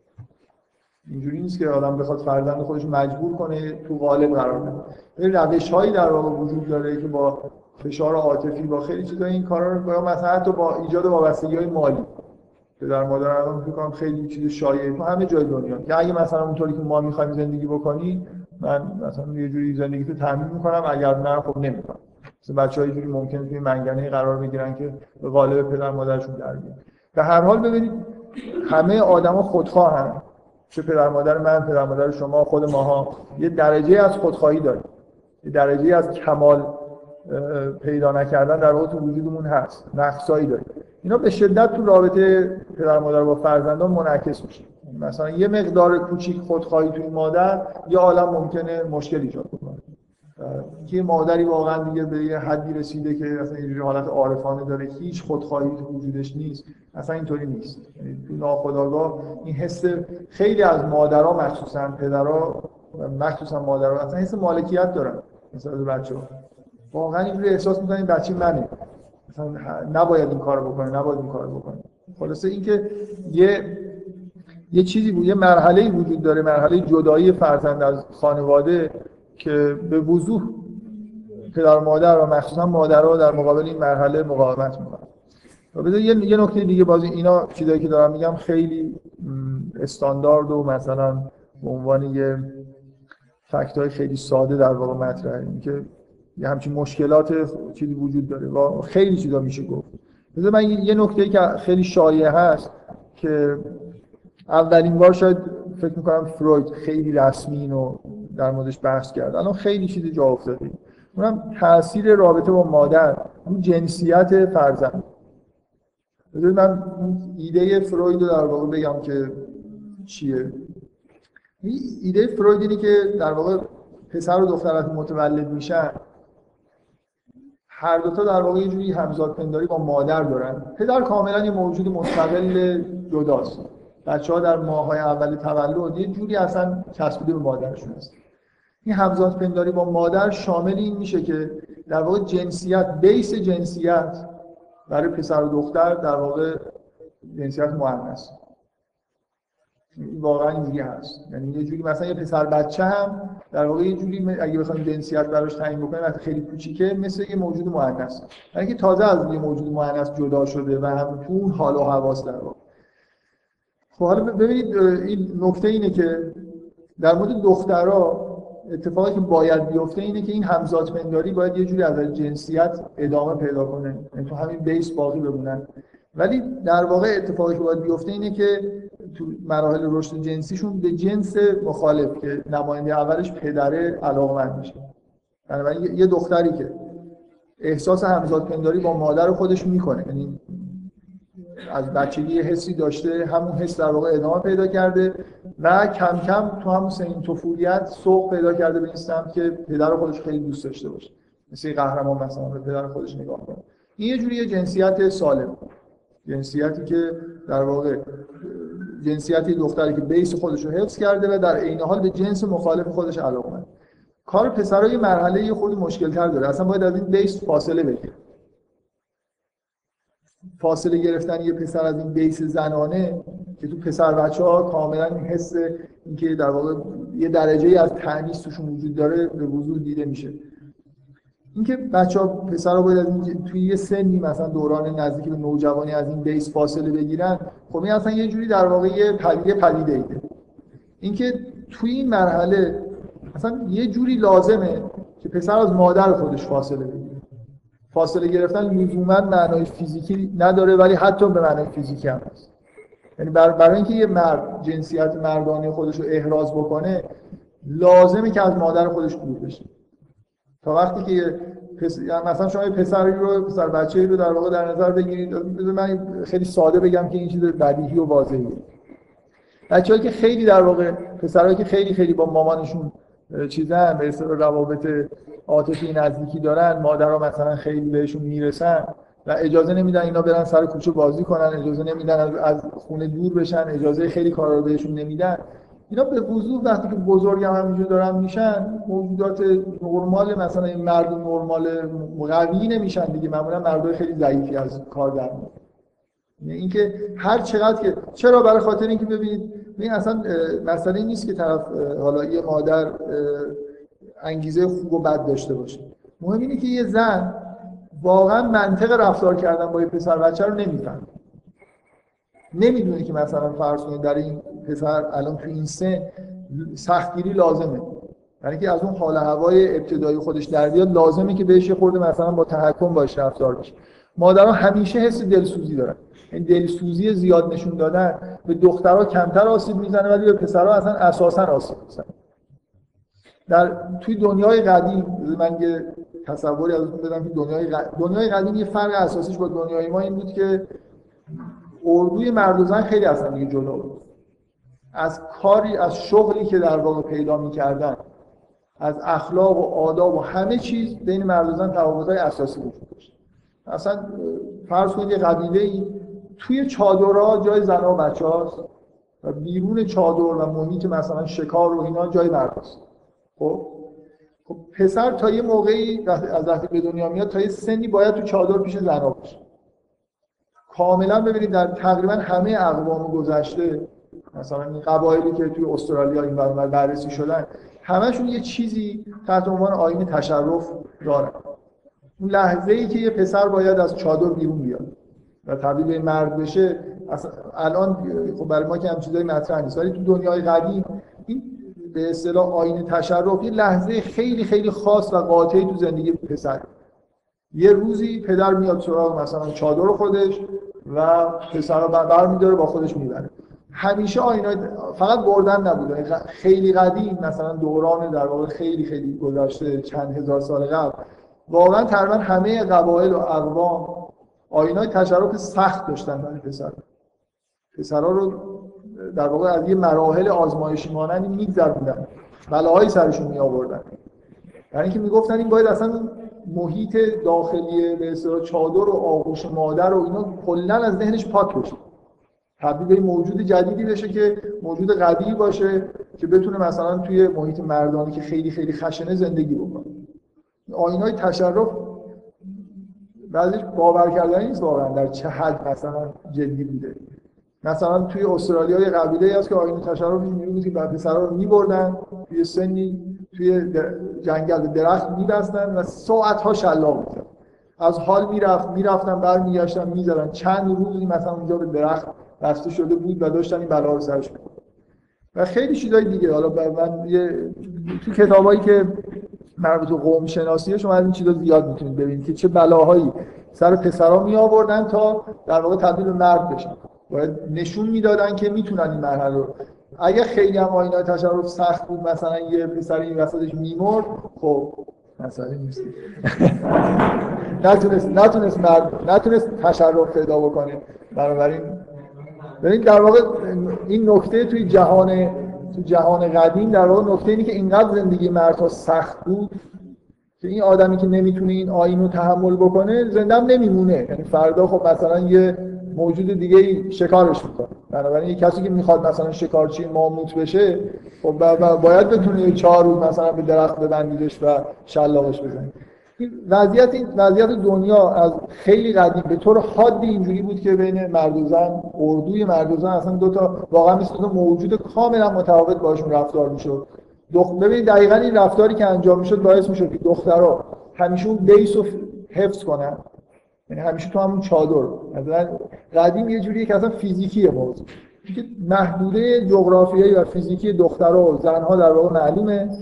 اینجوری نیست که آدم بخواد فرزند خودش مجبور کنه تو قالب قرار بده. روش‌هایی در واقع وجود داره که با فشار عاطفی با خیلی چیزا این کارا رو مثلا حتی با ایجاد وابستگی‌های مالی پدر مادر الان فکر کنم خیلی چیز شایعه تو همه جای دنیا که اگه مثلا اونطوری که ما می‌خوایم زندگی بکنی من مثلا یه جوری زندگیتو تامین می‌کنم، اگر نه خب نمی‌کنم. مثلا بچه‌ها یه جوری ممکنه توی منگنه قرار بگیرن که به قالب پدر مادرشون در بیان. به هر حال ببینید همه آدما خودخواهن، چه پدر مادر من، پدر مادر شما، خود ماها یه درجه از خودخواهی داریم، یه درجه از کمال پیدا نکردن در واقع تو وجودمون هست، نقصایی داریم. اینا به شدت تو رابطه پدر مادر با فرزندان منعکس میشه. مثلا یه مقدار کوچیک خودخواهی توی مادر یه عالم ممکنه مشکل ایجاد کنه. که مادری واقعا دیگه به یه حدی رسیده که اصلا یه حالت عارفانه داره، هیچ خودخواهی تو وجودش نیست، اصلا اینطوری نیست. یعنی تو ناخودآگاه این حس خیلی از مادرها مخصوصا پدرها مخصوصا مادرها اصلا حس مالکیت دارن مثلا بچه‌ها. واقعا اینجوری احساس می‌کنن این بچه منه، مثلا نباید این کارو بکنه، نباید این کارو بکنه. خلاصه اینکه یه چیزی بود، یه مرحله‌ای وجود داره، مرحله جدایی فرزند از خانواده که به وضوح پدر و مادر و مخصوصا مادرها در مقابل این مرحله مقاومت میکنن. و بذار یه نکته دیگه، بازی اینا چیزایی که دارم میگم خیلی استاندارد و مثلا به عنوان یه فکت‌های خیلی ساده در واقع مطرحه، اینکه یه همچین مشکلات چیزی وجود داره و خیلی چیزا میشه گفت. بذار من یه نکته‌ای که خیلی شایع هست که اولین بار شاید فکر می‌کنم فروید خیلی رسمی اینو در موردش بحث کرد، الان خیلی چیز جا افتاده، اونم تاثیر رابطه با مادر، اون جنسیت فرزند. بذارید من ایده فروید رو در واقع بگم که چیه. ایده فروید اینه که در واقع پسر و دختر وقتی متولد میشن هر دوتا در واقع یه جوری همزادپنداری با مادر دارن. پدر کاملا یه موجود مستقل جداست، بچه‌ها در ماه‌های اول تولد یه جوری اصلا چسبیده به مادرشون هست. این همزادپنداری با مادر شامل این میشه که در واقع جنسیت، بیس جنسیت برای پسر و دختر در واقع جنسیت مؤنث. این واقعا اینجوری هست. یعنی یه جوری مثلا یه پسر بچه هم در واقع یه جوری اگه بخوایم جنسیت براش تعیین بکنیم وقتی خیلی کوچیکه مثل یه موجود مؤنث، یعنی که تازه از یه موجود مؤنث جدا شده و هم تو اون حال و حواس در واقع. خب حالا ببینید این نکته اینه که در مورد دخترها اتفاقی که باید بیفته اینه که این همزادپنداری باید یه جوری از جنسیت ادامه پیدا کنه، یعنی تو همین بیس باقی بمونن. ولی در واقع اتفاقی که باید بیفته اینه که تو مراحل رشد جنسیشون به جنس مخالف که نماینده اولش پدره علاقمند میشه. بنابراین یه دختری که احساس همزادپنداری با مادر خودش میکنه، یعنی از بچگی یه حسی داشته، همون حس در واقع ادامه پیدا کرده و کم کم تو همون سنین طفولیت سوق پیدا کرده به این سمت که پدر خودش خیلی دوست داشته باشه، مثل قهرمان مثلا به پدر خودش نگاه کنه. این یه جوری جنسیت سالم، جنسیتی که در واقع جنسیتی دختری که بیس خودش رو حفظ کرده و در عین حال به جنس مخالف خودش علاقه‌مند. کار پسرای مرحله یه خورده مشکل‌تر داره، اصلا باید از این بیس فاصله بگیره. فاصله گرفتن یه پسر از این بیس زنانه که تو پسر بچه‌ها کاملا این حس اینکه در واقع یه درجه‌ای از تأنیس توشون وجود داره به وضوح دیده میشه. اینکه بچه‌ها پسرها باید از این توی یه سنی مثلا دوران نزدیک به نوجوانی از این بیس فاصله بگیرن، خب این اصلا یه جوری در واقع یه پدیده ایده. اینکه توی این مرحله اصلا یه جوری لازمه که پسر از مادر خودش فاصله بگیره. فاصله گرفتن لزوما معنای فیزیکی نداره ولی حتی به معنای فیزیکی هم هست. یعنی برای اینکه یه مرد جنسیت مردانه خودش رو احراز بکنه لازمه که از مادر خودش دور بشه. تا وقتی که یعنی مثلا شما یه پسر بچه‌ای رو در واقع در نظر بگیرید، من خیلی ساده بگم که این چیز بدیهی و واضحیه. بچه‌هایی که خیلی در واقع پسرایی که خیلی با مامانشون چیزن، به اصطلاح روابط عاطفی نزدیکی دارن، مادرها مثلا خیلی بهشون میرسن و اجازه نمیدن اینا برن سر کوچه بازی کنن، اجازه نمیدن از خونه دور بشن، اجازه خیلی کارا رو بهشون نمیدن. اینا به وضوح وقتی که بزرگ هم همینجور دارن میشن موجودات نرمال، مثلا این مرد نرمال قوی نمیشن دیگه، معمولا مردای خیلی ضعیفی از کار در میاد. اینکه هر چقدر که چرا برای خاطر اینکه ببینید این اصلا مسئله نیست که طرف حالا یه مادر انگیزه خوب و بد داشته باشه، مهم اینه که یه زن واقعا منطق رفتار کردن با یه پسر بچه رو نمیفهمه، نمیدونه که مثلا فرض کنید در این پسر الان تو این سن سختگیری لازمه، یعنی که از اون حال هوای ابتدایی خودش در بیاد لازمه که بهش خورده مثلا با تحکم باش رفتار بشه. مادرها همیشه حس دلسوزی دارن، این دلسوزی زیاد نشون دادن به دخترها کمتر آسیب میزنه ولی به پسرها اصلا اساسا آسیب میزنه. توی دنیای قدیم من یه تصوری ازتون بدم که دنیای قدیم یه فرق اساسیش با دنیای ما این بود که اردوی مرد و زن خیلی اصلا دیگه جلو بود. از کاری، از شغلی که در واقع پیدا می‌کردن، از اخلاق و آداب و همه چیز بین مرد و زن تفاوت‌های اساسی وجود داشت. اصلا فرض کنید یه قبیله‌ای توی چادرها جای زن‌ها و بچه‌هاست و بیرون چادر و محیط مثلا شکار و اینا جای مرداست. خب پسر تا یه موقعی از وقتی به دنیا میاد تا یه سنی باید تو چادر پیش زن‌ها باشه. کاملا ببینید در تقریبا همه اقوام گذشته، مثلا این قبایلی که توی استرالیا این برابر بررسی شدن، همشون یه چیزی تحت عنوان آیین تشرف دارن. اون لحظه‌ای که یه پسر باید از چادر بیرون بیاد و تبدیل به مرد بشه، الان خب برای ما که هم چیزای مطرح نیست، ولی تو دنیای قدیم این به اصطلاح آیین تشرف یه لحظه خیلی خیلی خاص و قاطعی تو زندگی پسر. یه روزی پدر میاد سراغ مثلا چادر خودش و پسر رو برمی‌داره با خودش میبره. همیشه آیینای فقط بردن نبوده، خیلی قدیم مثلا دوران در واقع خیلی گذشته چند هزار سال قبل واقعا تقریبا همه قبایل و اقوام آیینای تشرف سخت داشتن برای پسرها رو در واقع از یه مراحل آزمایشی مانندی می‌گذروندن، بلاهایی سرشون می‌آوردن. یعنی اینکه میگفتن این باید اصلا محیط داخلی به اصطلاح چادر و آغوش مادر و اینا کلا از ذهنش پاک بشه، تبدیل به موجود جدیدی بشه که موجود قوی باشه که بتونه مثلا توی محیط مردانی که خیلی خشنه زندگی بکنه. آیین‌های تشرف بعضیش باور کردنی نیست واقعا در چه حد مثلا جدی بوده. مثلا توی استرالیا یه قبیله‌ای هست که آیین تشرف می‌بینید که پسرا رو می‌بردن توی سنی توی جنگل درخت می‌بستن و ساعت‌ها شلاق می‌زدن. از حال میرفتن برمیگشتن می‌زدن. چند روزی مثلا اونجا به درخت بسته شده بود و داشتن این بلا رو سرش می‌بردن. و خیلی چیزای دیگه. حالا من تو کتابایی که مربوط به قوم شناسیه شما از این چیزا زیاد می‌تونید ببینید که چه بلاهایی سر پسرا می‌آوردن تا در واقع تبدیل به مرد بشن. باید نشون میدادن که میتونن این مرحله رو. اگه خیلی هم آیین‌های تشرف سخت بود، مثلا یه پسر این وسطش میمرد، خب مسئله نیست. نتونست تشرف پیدا بکنه. بنابراین ببین در واقع این نکته توی جهان قدیم در واقع نکته اینه که اینقدر زندگی مردها سخت بود که این آدمی که نمیتونه این آیین رو تحمل بکنه زنده هم نمیمونه. یعنی فردا خب مثلا یه موجود دیگه شکارش میکنه. بنابراین یک کسی که میخواد مثلا شکارچی ماموت بشه خب باید بتونه 4 روز مثلا به درخت ببندیدش و شلاقش بزنه. این وضعیت دنیا از خیلی قدیم به طور حادی اینجوری بود که بین مرد و زن، اردوی مرد و زن اصلا واقعا مثل دو تا موجود کاملا متفاوت باشون رفتار میشد. ببینید دقیقاً این رفتاری که انجام میشد باعث میشد که دخترها همیشه اون بیس رو حفظ کنن، یعنی همیشه تو همون چادر. مثلا قدیم یه جوریه که اصلا فیزیکیه موضوع، که محدوده جغرافیایی و فیزیکی دخترها و زنها در واقع معلومه.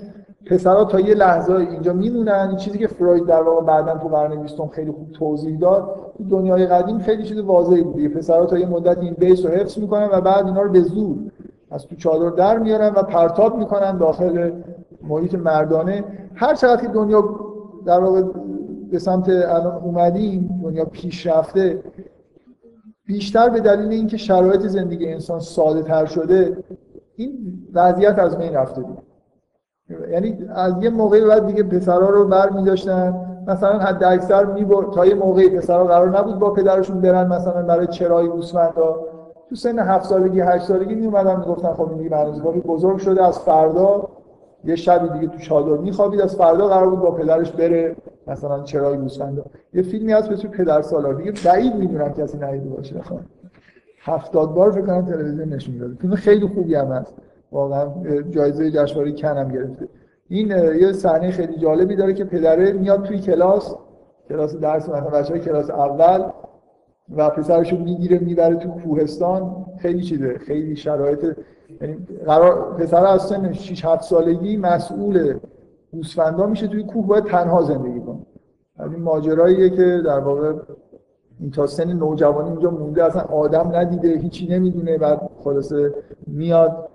پسرها تا یه لحظه اینجا میمونن. این چیزی که فروید در واقع بعداً تو قرن 20 خیلی خوب توضیح داد، تو دنیای قدیم خیلی چیز واضحی بود. پسرها تا یه مدت این بیس رو حفظ میکنن و بعد اینا رو به زور از تو چادر در میارن و پرتاب میکنن داخل محیط مردانه. هر چقدر که دنیا در واقع به سمت الان اومدیم، دنیا پیشرفته، بیشتر به دلیل اینکه شرایط زندگی انسان ساده تر شده، این وضعیت از بین رفته بود. یعنی از یه موقعی بعد دیگه پسرها رو برمی‌داشتن، مثلا حد اکثر تا یه موقعی پسرها قرار نبود با پدرشون برن مثلا برای چرای گوسفندا، تو سن 7 سالگی 8 سالگی میومدن میگفتن خب این دیگه مهندس بزرگ شده، از فردا یه شبی دیگه تو چادر میخوابید، از فردا قرار بود با پدرش بره مثلا چرای گوسفندا. یه فیلمی هست به اسم پدر سالار، دیگه بعید میدونم کسی ندیده باشه. 70 بار فکر کنم تلویزیون نشون داده. فیلم خیلی خوبی هم هست، واقعا جایزه جشنواره کن هم گرفته. این یه صحنه خیلی جالبی داره که پدره میاد توی کلاس درس مثلا بچه‌های کلاس اول و پسرشو میگیره میبره تو کوهستان. خیلی چیزه، خیلی شرایط، یعنی قرار پسر از سن 6 7 سالگی مسئول گوسفندا میشه، توی کوه باید تنها زندگی کنه. این ماجراییه که در واقع این تا سن نوجوانی اینجا مونده، اصلا آدم ندیده، هیچی نمیدونه. بعد خلاصه میاد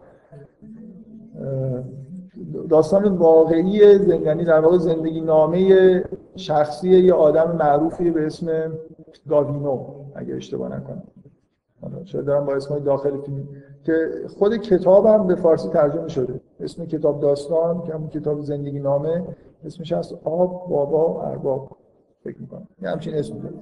داستان واقعی یعنی در واقع زندگی نامه شخصی یه آدم معروفی به اسم گاوینو اگه اشتباه نکنم، شاید دارم با اسمای داخل فیلم، که خود کتابم به فارسی ترجمه شده. اسم کتاب داستان که همون کتاب زندگی نامه، اسمش هست آب بابا ارباب فکر می‌کنم، یه همچین اسمی داره.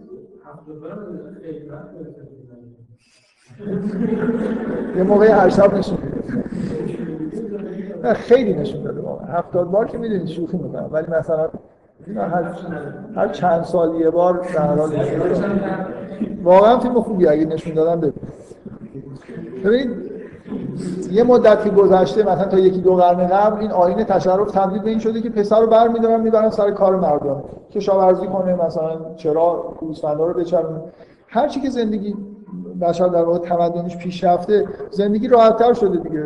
یه موقعی هر شب نشون میده، خیلی نشون داده واقعا. 70 بار که میدونید شوخی میکنم، ولی مثلا هر چند سال یه بار در حال واقعا فیلم خوبی اگه نشون دادن ببینید. یه مدتی گذشته مثلا تا 1-2 قرن قبل این آیین تشرف تبدیل به این شده که پسر رو برمی‌دارن میبرن سر کار مردانه، کشاورزی کنه، مثلا چرا گوسفندا رو بچرونه. هر چی که زندگی بشر در واقع تمدنش پیشرفته، زندگی راحت‌تر شده دیگه.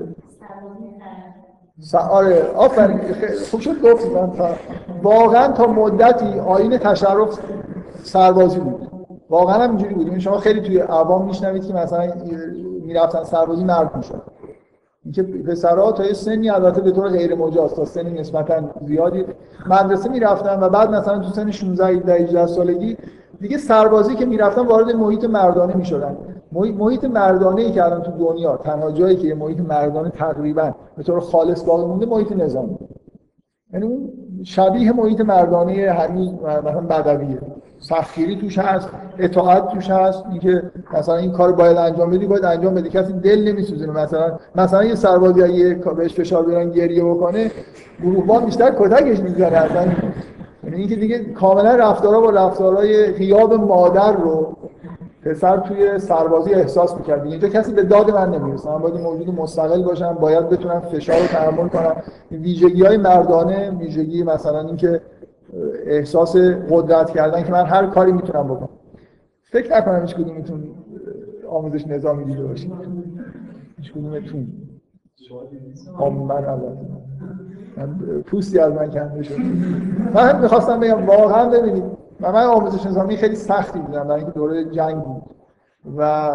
آره آفرین، خوب شد گفتم. واقعا تا مدتی آیین تشرف سربازی بود، واقعا هم اینجوری بود. شما خیلی توی عوام میشنوید که مثلا میرفتن سربازی مرد میشن. اینکه پسرها تا یه سنی البته به طور غیر مجاز تا سنی نسبتا زیادی مدرسه میرفتن و بعد مثلا تو سن 16 17 18 سالگی دیگه سربازی که میرفتن وارد محیط مردانه میشدن. محیط مردانه‌ای که الان تو دنیا تنها جایی که محیط مردانه تقریبا به طور خالص باقی مونده محیط نظامی، یعنی اون شبیه محیط مردانه هنوز مثلا بدویه، سختگیری توش هست، اطاعت توش هست، اینکه مثلا این کار باید انجام بدی باید انجام بدی، کسی دل نمیسوزونه. مثلا یه سربازی اگه بهش فشار بیارن گریه بکنه، گروهبان بیشتر کتکش میزنه اصلا. یعنی اینکه دیگه کاملا رفتارها با رفتارهای غیاب مادر رو پسر توی سربازی احساس می‌کرد. اینجا کسی به داد من نمیرسه، من باید موجود مستقل باشم، باید بتونم فشار رو تحمل کنم. ویژگی‌های مردانه، ویژگی مثلا اینکه احساس قدرت کردن که من هر کاری میتونم بکنم. فکر نکنم هیچ کدومتون آموزش نظامی دیده باشید. هیچ کدومتون من البته پوستی از من کنده شد. من می‌خواستم بگم واقعا ببینید من آموزش نظامی خیلی سختی دیدم، برای اینکه دوره جنگ بود و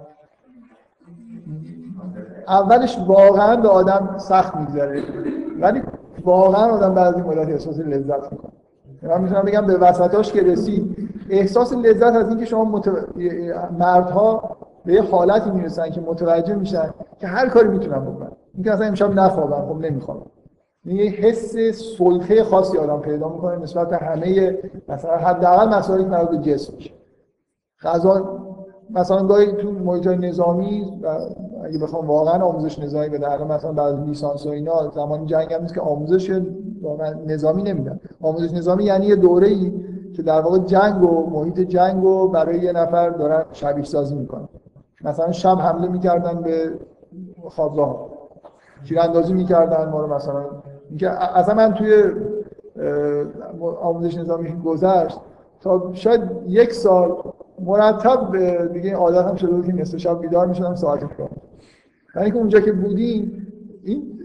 اولش واقعا به آدم سخت می‌گذره، ولی واقعا آدم بعضی مدت احساس لذت می‌کنه. من میتونم بگم به وسطاش که رسید احساس لذت از اینکه شما مردها به یه حالتی میرسن که متوجه میشن که هر کاری میتونن بکنن. اینکه اصلا امشب نخوابم، خب نمیخوام. یه حس سلطه خاصی آدم پیدا میکنه نسبت به همه مثلا حداقل مسائلی که مربوط به جسمش. غذا مثلا گاهی تو محیط‌های نظامی اگه بخوام واقعا آموزش نظامی بدن، مثلا بعد لیسانس و اینا زمان جنگ هم نیست که آموزش نظامی نمیدن. آموزش نظامی یعنی یه دوره‌ای که در واقع جنگ و محیط جنگ رو برای یه نفر دارن شبیه سازی میکنن. مثلا شب حمله میکردن به خوابگاه، تیراندازی میکردن ما رو. مثلا اینکه اصلا من توی آموزش نظامی گذشت تا شاید 1 سال مرتب دیگه این عادت هم شده بود که نصف شب بیدار میشدم ساعت کار. یعنی که اونجا که بودیم این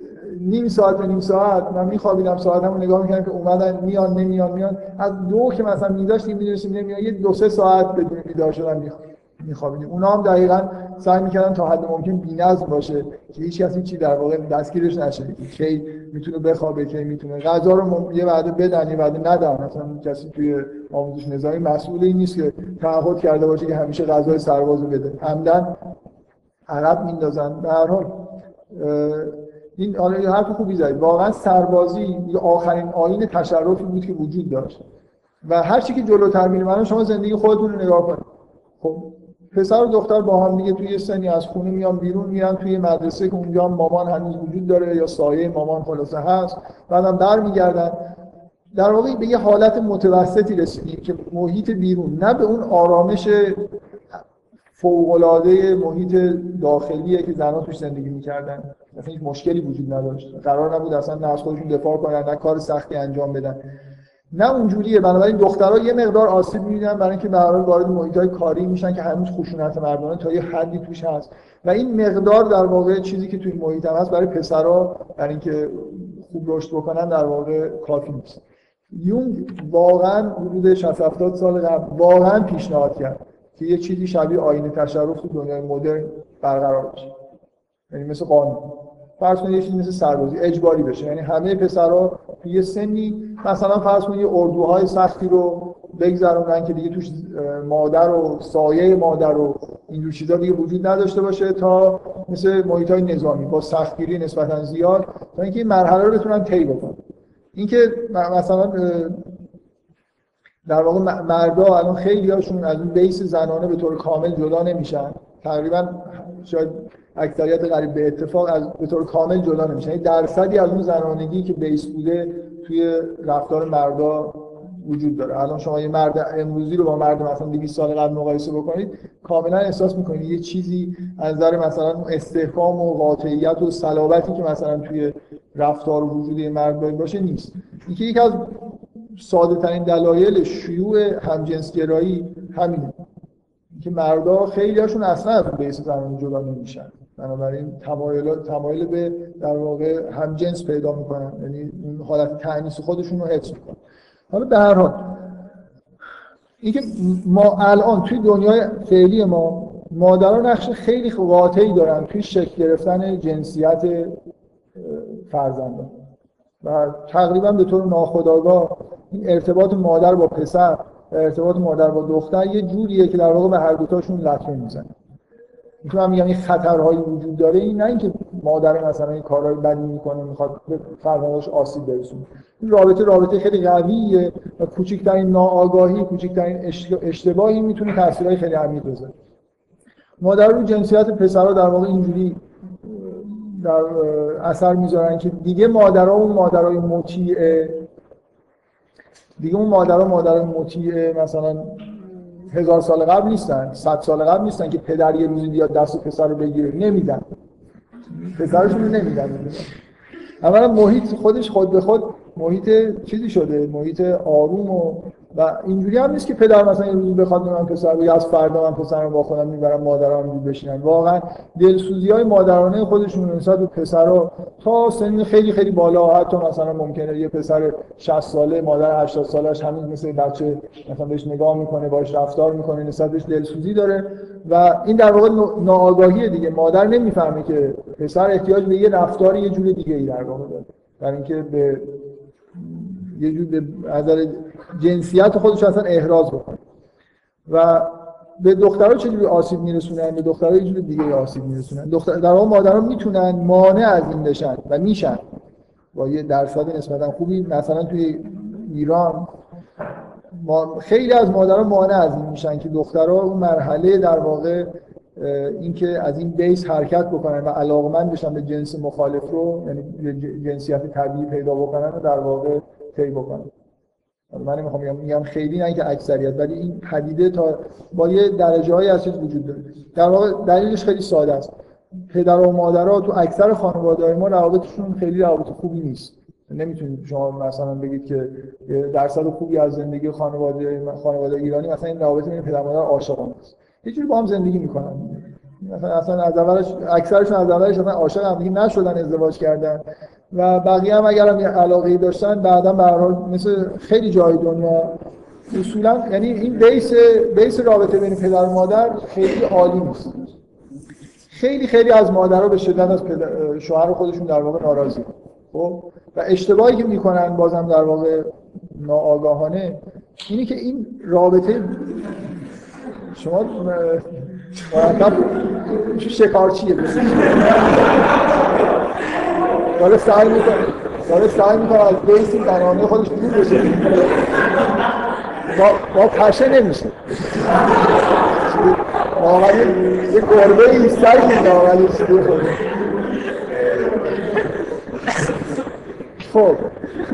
نیم ساعت به نیم ساعت من میخوابیدم، ساعتمو نگاه میکردم که اومدن میان نمیان. از 2 که مثلا میذاشتیم میدونستیم نمیان، یه 2-3 ساعت بدون بیدار شدن میخوابیدیم. اونا هم دقیقاً سعی میکردن تا حد ممکن بی‌نظم باشه که هیچ کسی چی در واقع دستگیرش نشه، کی میتونه بخوابه کی میتونه غذا رو یه وعده بدن یه وعده ندن. مثلا کسی توی آموزش نظامی مسئول این نیست که تعهد کرده باشه که همیشه غذای سربازو بده، عمدن عقب میندازن. به هر حال این حرف خوبی زدید. واقعا سربازی آخرین آیین تشرفی بود که وجود داشت و هر چی که جلوتر میره شما زندگی خودتون رو نگاه کنید. خب پسر و دختر با هم دیگه توی یه سنی از خونه میان بیرون، میرن توی مدرسه که اونجا مامان هنوز وجود داره یا سایه مامان خلاصه هست، بعدم برمیگردن. در واقع به یه حالت متوسطی رسیدیم که محیط بیرون نه به اون آرامش فوق‌العاده محیط داخلیه که زن‌ها توش زندگی می‌کردن، مثلا هیچ مشکلی وجود نداشت، قرار نبود اصلا نه از خودشون دفاع کنن نه کار سختی انجام بدن، نه اونجوریه. بنابراین دخترها یه مقدار آسیب می‌بینن برای اینکه به هر حال وارد محیط‌های کاری میشن که هنوز خشونت مردانه تا یه حدی توش هست و این مقدار در واقع چیزی که توی محیط هم هست برای پسرها برای اینکه خوب رشد بکنن در واقع کافی نیست. یونگ واقعا حدود 60-70 سال قبل واقعا پیشنهاد کرد که یه چیزی شبیه آیین تشرف تو دنیای مدرن برقرار بشه، یعنی مثل قانون. فرض کنید یه چیزی مثل سربازی اجباری بشه، یعنی همه پسرها توی یه سنی مثلا فرض کنید اردوهای سختی رو بگذرونن که دیگه توش مادر و سایه مادر و اینجور چیزا دیگه وجود نداشته باشه، تا مثل محیط‌های نظامی با سختگیری نسبتاً زیاد، تا اینکه این مرحله رو بتونن طی بکنن. اینکه مثلا در واقع مردا الان خیلی هاشون از اون بیس زنانه به طور کامل جدا نمیشن، تقریبا شاید اکثریت قریب به اتفاق از به طور کامل جدا نمیشن، یعنی درصدی از اون زنانگی که بیس بوده توی رفتار مردا وجود داره. الان شما یه مرد امروزی رو با مرد مثلا 200 سال قبل مقایسه بکنید، کاملا احساس میکنید یه چیزی از نظر مثلا استحکام و قاطعیت و صلابتی که مثلا توی رفتار و وجود مرد باشه نیست. اینکه یکی از ساده ترین دلایل شیوع همجنسگرایی همینه که مردا خیلی هاشون اصلا از بیس زنانه جدا نمیشن، بنابراین تمایل به در واقع همجنس پیدا میکنن، یعنی اون حالت تأنیس خودشون رو حفظ میکنن. حالا به هر حال اینکه ما الان توی دنیای فعلی ما مادرها نقش خیلی قاطعی دارن توی شکل گرفتن جنسیت فرزندان و تقریبا به طور ناخودآگاه این ارتباط مادر با پسر و ارتباط مادر با دختر یه جوریه که در واقع به هر دوتاشون لطمه میزنه. اینکه من میگم این خطرهایی وجود داره، این نه اینکه مادر مثلا این کارهای بدی میکنه میخواد به فرزندش آسیب برسونه، این رابطه خیلی قویه و کوچکترین ناآگاهی، کوچکترین اشتباهی میتونه تاثیرهای خیلی عمیق بذاره. مادر رو جنسیت پسرها در واقع اینجوری در اثر میذارن که دیگه مادرها اون مادرای مطیعه، دیگه اون مادرای مطیعه مثلا 1000 سال قبل نیستن، 100 سال قبل نیستن که پدر یه روزی بیاد دست پسر رو بگیره، نمیدن، پسرشون رو نمیدن. اولا محیط خودش خود به خود محیط چیزی شده، محیط آروم و اینجوری هم نیست که پدر مثلا یه روزی بخواد من پسر رو از فردا من پسرم با خودم میبرم مادرام رو بشینن. واقعا دلسوزی‌های مادرانه خودشون نسبت به پسرها تا سن خیلی خیلی بالا، حتی مثلا ممکنه یه پسر 60 ساله مادر 80 سالش همین مثل بچه مثلا بهش نگاه میکنه، باهاش رفتار میکنه، نسبت بهش دلسوزی داره و این در واقع ناآگاهیه دیگه. مادر نمیفهمه که پسر احتیاج به یه رفتار یه جور دیگه ای در واقع داره، برای اینکه به یه جور به نظر جنسیت خودش اصلا احراز بکنه و به دخترها چجوری آسیب میرسونن، به دخترها یه جور دیگه آسیب میرسونن. در واقع مادرها میتونن مانع از این بشن و میشن با یه درصد نسبتا خوبی. مثلا توی ایران خیلی از مادرها مانع از این میشن که دخترها اون مرحله در واقع اینکه از این بیس حرکت بکنن و علاقمند بشن به جنس مخالف رو، یعنی جنسیت طبیعی پیدا بکنن و در واقع طی بکنن. من نمیخوام میگم خیلی نه که اکثریت، ولی این پدیده تا با یه درجه‌ای از چیز وجود داره. در واقع دلیلش خیلی ساده است. پدر و مادرها تو اکثر خانواده‌های ما روابطشون خیلی روابط خوبی نیست. نمیتونید شما مثلا بگید که درصد خوبی از زندگی خانواده ایرانی مثلا این روابط بین پدر و مادر عاشقانه است. یه جوری با هم زندگی میکنن. مثلا از اولش اکثرشون از اولش اصلا عاشق هم دیگه نشدن، ازدواج کردن و بقیه هم اگر هم علاقه‌ای داشتن بعدا به هر حال مثل خیلی جای دنیا اصولا، یعنی این بیس رابطه بین پدر و مادر خیلی عالی نیست. خیلی از مادرها به شدت از شوهر خودشون در واقع ناراضی. خب و اشتباهی که میکنن بازم در واقع ناآگاهانه اینی که این رابطه شما مرتب شکارچیه داره سعی میکنه از بیس بنانه خودش دور بشه، با پشه نمیشه واقعا یه گربه ایستر که واقعا یه چیزی خود. خب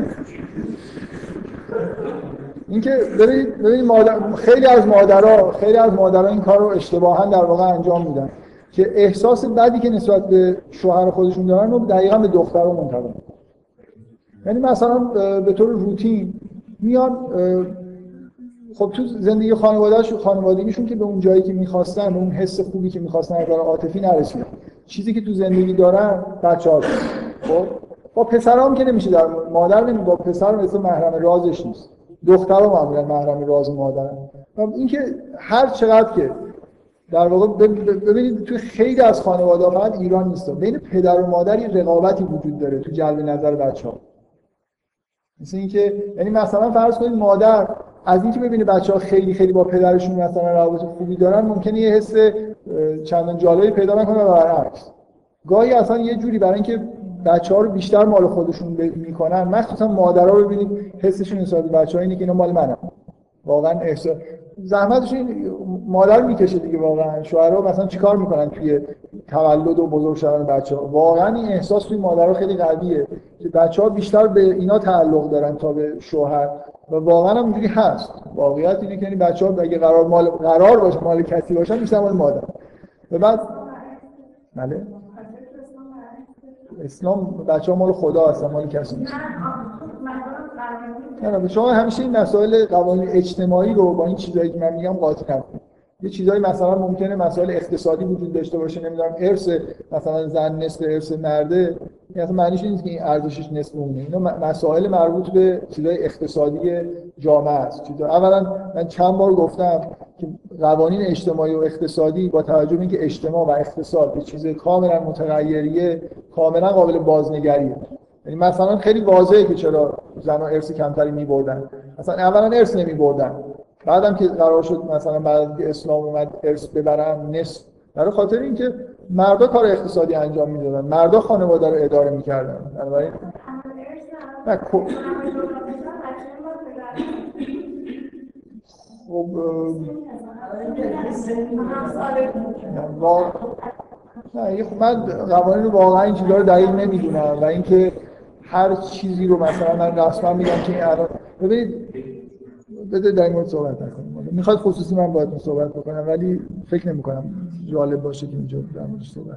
اینکه ببینید خیلی از مادرها این کار رو اشتباها در واقع انجام میدن که احساس بدی که نسبت به شوهر خودشون دارن رو دقیقاً به دخترها منتقل میکنن. یعنی مثلا به طور روتین میان خب تو زندگی خانوادگیشون که به اون جایی که میخواستن، به اون حس خوبی که میخواستن از نظر عاطفی نرسیدن. چیزی که تو زندگی دارن بچه‌ها. خب با پسرام که نمیشه، در مادر نمیشه، با پسر مثل محرم رازش نیست. دخترها معمولا محرم راز مادرن. اینکه هر چقدر که در واقع ببینید تو خیلی از خانواده‌ها، فقط ایران نیست، بین پدر و مادر یه رقابتی وجود داره تو جلب نظر بچه‌ها. مثل اینکه یعنی مثلا فرض کنید مادر از اینکه ببینه بچه‌ها خیلی با پدرشون مثلا روابط خوبی دارن ممکنه یه حس چندان جالبی پیدا نکنه و برعکس. گاهی اصلا یه جوری برای اینکه بچه‌ها رو بیشتر مال خودشون میکنن، مخصوصا مادرها رو ببینید حسشون نسبت به بچه‌ها اینه که اینا مال منن. واقعا احساس زحمتش این مادر میکشه دیگه. واقعا شوهرها مثلا چیکار میکنن توی تولد و بزرگ شدن بچه‌ها؟ واقعا این احساس توی مادرها خیلی قویه که بچه‌ها بیشتر به اینا تعلق دارن تا به شوهر و واقعا هم اینجوری هست. واقعیت اینه که بچه‌ها اگه قرار باشه مال کسی باشن بیشتر مال مادر. و بعد بله اسلام بچه‌ها مال خدا هستن، مال کسی نیست. نه شما همیشه این مسائل قوانین اجتماعی رو با این چیزایی که من میگم قاطی نکنید. یه چیزایی مثلا ممکنه مسائل اقتصادی وجود داشته باشه، نمیدونم ارث مثلا زن نصف ارث مرده، یعنی معنیش نیست که این ارزشش نصف اونه. اینا مسائل مربوط به چیزای اقتصادی جامعه است. اولا من چند بار گفتم که قوانین اجتماعی و اقتصادی با توجه به اینکه اجتماع و اقتصاد یه چیز کاملا متغیریه، کاملا قابل بازنگریه. یعنی مثلا خیلی واضحه که چرا زن‌ها ارث کمتری می‌بردن. مثلا اولا ارث نمی‌بردن، بعدم که قرار شد مثلا بعد از اسلام اومد ارث ببرن نصف، برای خاطر اینکه مردا کار اقتصادی انجام میدادن، مردا خانواده رو اداره می‌کردن. بنابراین من قوانین رو واقعا این چیزا رو دقیق نمیدونم و اینکه هر چیزی رو مثلا من رسما میگم که این الان ببینید بده در این مورد صحبت نکنیم. میخواد خصوصی من باید صحبت بکنم ولی فکر نمی‌کنم جالب باشه که اینجا در موردش صحبت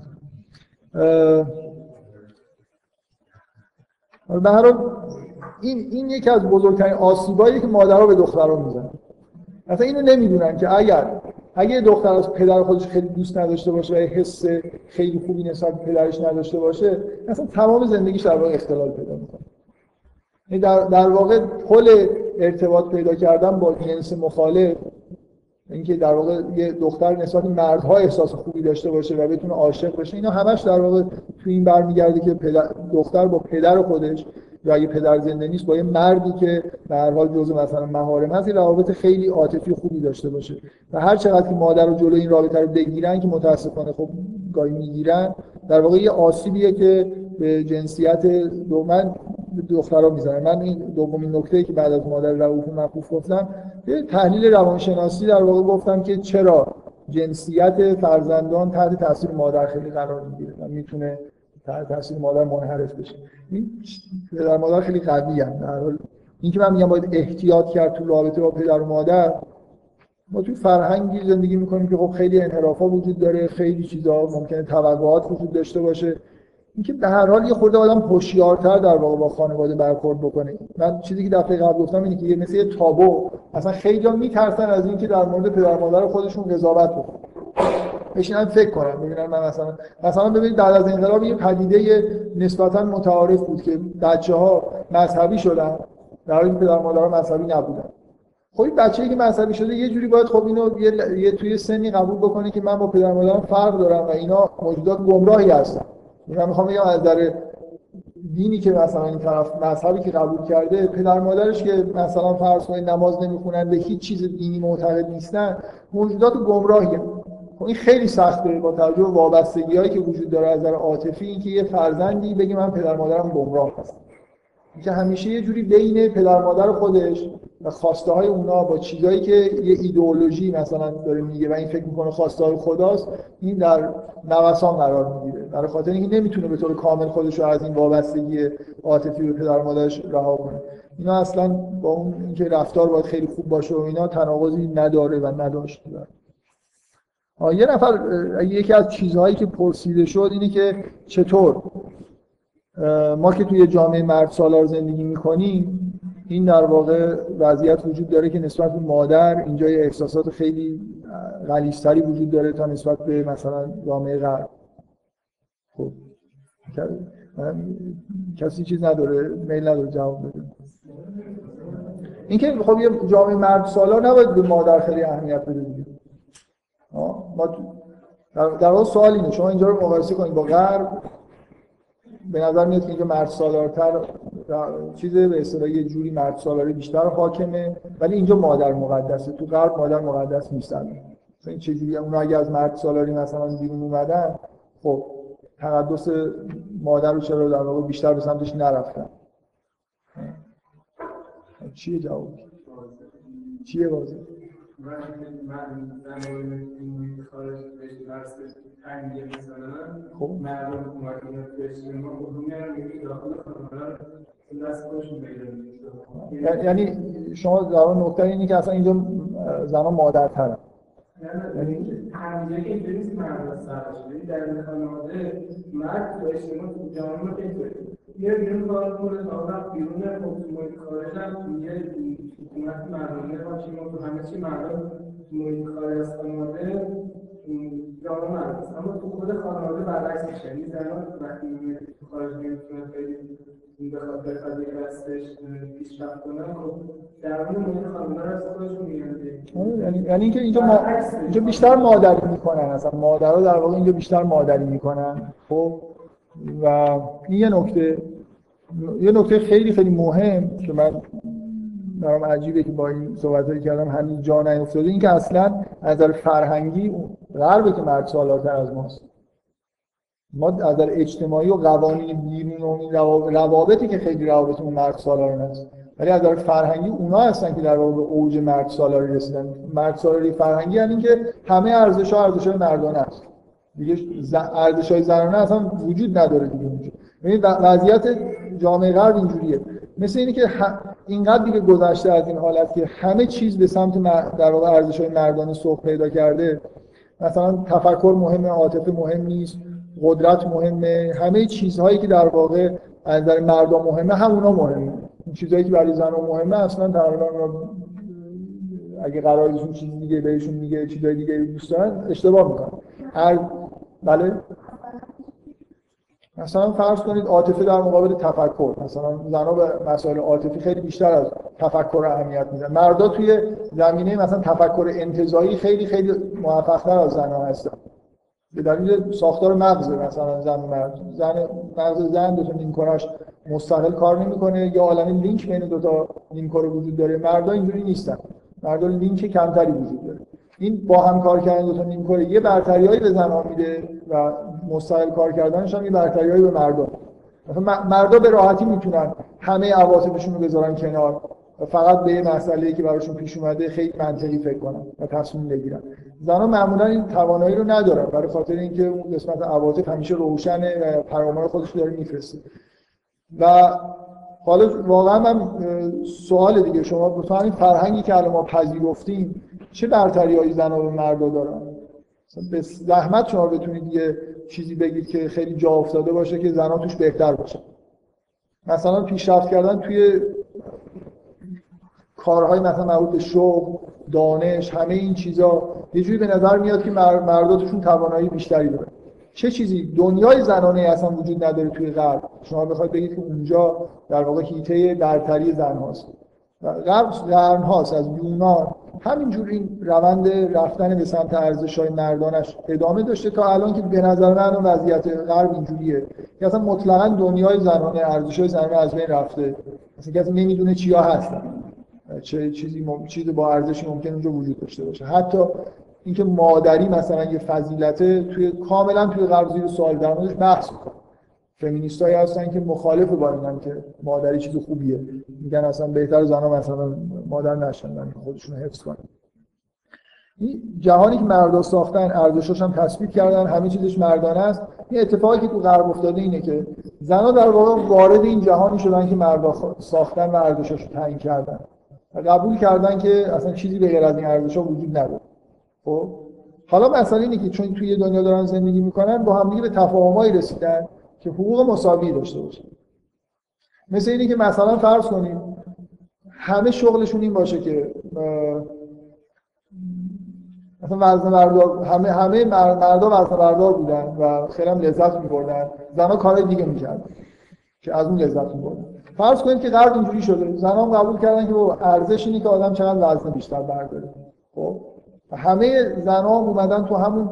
کنم. به هر حال این یکی از بزرگترین آسیبایی که مادرها به دخترها میزنن. مثلا اینو نمیدونن که اگه دختر از پدر خودش خیلی دوست نداشته باشه و حس خیلی خوبی نسبت به پدرش نداشته باشه، مثلا تمام زندگیش در واقع اختلال پیدا میکنه. یعنی در واقع پل ارتباط پیدا کردن با جنس مخالف، اینکه در واقع یه دختر نسبت مردها احساس خوبی داشته باشه و بتونه عاشق بشه، اینا همش در واقع تو این برمیگرده که دختر با پدر خودش یا اگه پدر زنده نیست با یه مردی که به هر حال جزء مثلا محارم هست روابط خیلی عاطفی خوبی داشته باشه و هر چقدر که مادر رو جلوی این رابطه رو بگیرن که متاسفانه خب گاهی میگیرن، در واقع یه آسیبیه که به جنسیت من دخترها میزنه. من این دومین نکته‌ای که بعد از مادر رؤوف معروف گفتم، یه تحلیل روانشناسی در واقع گفتم که چرا جنسیت فرزندان تحت تاثیر مادر خیلی قرار میگیره و میتونه تحت تاثیر مادر منحرف بشه. این پدر مادر خیلی قویه. در حال اینکه من میگم باید احتیاط کرد تو رابطه با پدر و مادر، ما توی فرهنگی زندگی میکنیم که خب خیلی انحرافا وجود داره، خیلی چیزا ممکنه توقعات وجود داشته باشه. اینکه به هر حال یه خورده آدم هوشیارتر در واقع با خانواده برخورد بکنه. من چیزی که دفعه قبل گفتم اینه که مثل یه تابو، مثلا خیلی‌ها میترسن از اینکه در مورد پدر مادر خودشون قضاوت بکنن. بشینن فکر کنن ببینن من مثلا ببینید بعد از انقلاب یه پدیده نسبتا متعارف بود که بچه‌ها مذهبی شدن در حالی که پدر مادرها مذهبی نبودن. خب این بچه‌ای که مذهبی شده یه جوری باید خب اینو یه توی سنی قبول بکنه که من با پدر مادرم فرق دارم و اینا موجودات گمراهی هستن. من میخوام بگم از نظر دینی که مثلا این طرف مذهبی که قبول کرده پدر مادرش که مثلا فرض کنید نماز نمیخونن به هیچ چیز دینی معتقد نیستن موجودات گمراهی. خب این خیلی سخته با توجه به وابستگی‌هایی که وجود داره از نظر عاطفی، اینکه یه فرزندی بگه من پدر مادرم گمراه هستن، که همیشه یه جوری بین پدر مادر خودش و خواسته های اونا با چیزایی که یه ایدئولوژی مثلا داره میگه و این فکر میکنه خواسته های خداست، این در نوسان قرار میگیره، برای خاطر اینکه نمیتونه به طور کامل خودش رو از این وابستگی عاطفی به پدر مادرش رها کنه. اینا اصلا با اون اینکه رفتار باید خیلی خوب باشه و اینا تناقضی نداره و نداشته. یه نفر یکی از چیزهایی که پرسیده شد اینه که چطور ما که توی جامعه مرد سالار زندگی میکنیم این در واقع وضعیت وجود داره که نسبت به مادر اینجا یه احساسات خیلی غلیظتری وجود داره تا نسبت به مثلا جامعه غرب. خب کسی چیز نداره، میل نداره جواب بده. اینکه خب یه جامعه مرد سالار نباید به مادر خیلی اهمیت بده دیگه. ما در واقع سوال اینه، شما اینجا رو مقایسه کنید با غرب، به نظر میاد که اینجا مرد سالارتر چیزه، به اصطلاح یه جوری مرد سالاری بیشتر حاکمه، ولی اینجا مادر مقدسه. تو غرب مادر مقدس نیستن. این چه جوری اونا اگه از مرد سالاری مثلا بیرون اومدن، خب تقدس مادر رو چرا در واقع بیشتر به سمتش نرفتن؟ چیه جواب؟ چیه واضح؟ من زنان خارج بهش درس تنگیه مثلا مردم اومدن بهش ما خودمون میگیم داخل خانواده دست خودشون بگیرن. یعنی شما در نکته اینه که اصلا اینجا زنان مادرترن. یعنی همینجا که اینجا نیست مرد سرش در خانواده مرد تو اجتماع تو جامعه اینطوری یه بیرون کار کنه تا وقت بیرون محیط خارج هم یه حکومت مردانه باشه، ما تو همه چی مردم محیط خارج از خانواده جامعه مرد است، اما تو خود خانواده برعکس میشه. یعنی زنان وقتی تو خارج نمیتونه خیلی به خاطر قضیه هستش پیشرفت کنن، خب در اون محیط خانواده رو از خودشون میگن. یعنی اینکه اینجا بیشتر مادری میکنن، اصلا مادرها در واقع اینجا بیشتر مادری میکنن. خب و این یه نکته خیلی خیلی مهم که من برام عجیبه که با این صحبتایی کردم همین جا نیفتاده، این که اصلا از نظر فرهنگی غربه که مرد سالارتر از ماست. ما از نظر اجتماعی و قوانین بیرون و روابطی که خیلی روابطمون مرد سالاران هست، ولی از نظر فرهنگی اونا هستن که در واقع به اوج مرد سالاری رسیدن. مرد سالاری فرهنگی یعنی که همه ارزش‌ها مردانه است. دیگه ارزش‌های زنانه اصلا وجود نداره دیگه اونجا. یعنی وضعیت جامعه غرب اینجوریه، مثل اینی که اینقدر دیگه گذشته از این حالت که همه چیز به سمت در واقع ارزش‌های مردانه سوق پیدا کرده. مثلا تفکر مهمه، عاطفه مهم نیست، قدرت مهمه، همه چیزهایی که در واقع از نظر مردم مهمه همونا مهمه. این چیزهایی که برای زنان مهمه اصلا تقریبا اگه قرارشون چیز دیگه بهشون میگه چیزای دیگه دوست دارن اشتباه میکنن. بله مثلا فرض کنید عاطفه در مقابل تفکر، مثلا زنها به مسائل عاطفی خیلی بیشتر از تفکر اهمیت میدن. مردا توی زمینه مثلا تفکر انتزاعی خیلی خیلی موفق‌تر از زنها هستن به دلیل ساختار مغز. مثلا مغز زن دو تا نیمکره‌اش مستقل کار نمیکنه، یا عالمه لینک بین دو تا نیمکره وجود داره. مردا اینجوری نیستن، مردا لینک کمتری وجود داره. این با هم کار کردن دو تا نیمکره یه برتریایی به زن‌ها میده و مستقل کار کردنش هم یه برتریایی به مردا. مثلا مردا به راحتی میتونن همه عواطفشون رو بذارن کنار و فقط به یه مسئله‌ای که براشون پیش اومده خیلی منطقی فکر کنن و تصمیم بگیرن. زن‌ها معمولا این توانایی رو ندارن، برای خاطر اینکه اون قسمت عواطف همیشه روشنه و پیام‌ها خودش داره میفرسته. و حالا واقعا من سوال دیگه، شما تو همین فرهنگی که الان ما پذیرفتیم چه برتری‌هایی زن‌ها به مردا دارن؟ به زحمت شما بتونید یه چیزی بگید که خیلی جا افتاده باشه که زن‌ها توش بهتر باشن. مثلا پیشرفت کردن توی کارهای مثلا مربوط به شغل، دانش، همه این چیزا یه جوری به نظر میاد که مردا توشون توانایی بیشتری دارن. چه چیزی دنیای زنانه اصلا وجود نداره توی غرب. شما بخواید بگید که اونجا در واقع هیته برتری زن هاست. غرب قرن هاست از یونان همینجور این روند رفتن به سمت ارزش‌های مردانش ادامه داشته تا الان که به نظر من وضعیت غرب اینجوریه که اصلا مطلقاً دنیای زنانه، ارزش‌های زنانه از بین رفته. اصلا کسی نمیدونه چیا هستن. چه چیزی با ارزشی ممکن اونجا وجود داشته باشه. حتی اینکه مادری مثلا یه فضیلته کاملا توی غرب زیر سوال در موردش بحث می‌کنه. فمینیستایی هستن که مخالف با اینن که مادری چیز خوبیه، میگن اصلا بهتر زن‌ها مثلا مادر نشن، خودشون حفظ کنن. این جهانی که مردا ساختن، ارزشاش هم تثبیت کردن، همه چیزش مردانه است. این اتفاقی که تو غرب افتاده اینه که زن‌ها در واقع وارد این جهانی شدن که مردا ساختن و ارزشاشو تعیین کردن و قبول کردن که اصلا چیزی به غیر از این ارزش‌ها وجود نداره. خب حالا مسئله اینه که چون توی دنیا دارن زندگی میکنن با هم دیگه به تفاهمایی رسیدن که حقوق مساوی داشته باشن. مثل اینه که مثلا فرض کنید همه شغلشون این باشه که مثلا وزنه بردار، همه مردا وزنه بردار بودن و خیلی هم لذت می‌بردن، زن‌ها کارهای دیگه می‌کردن که از اون لذت می‌بردن. فرض کنید که غرب اینجوری شده، زن‌ها قبول کردن که با ارزش اینه که آدم چقدر وزن بیشتر برداره. خب همه زن‌ها اومدن تو همون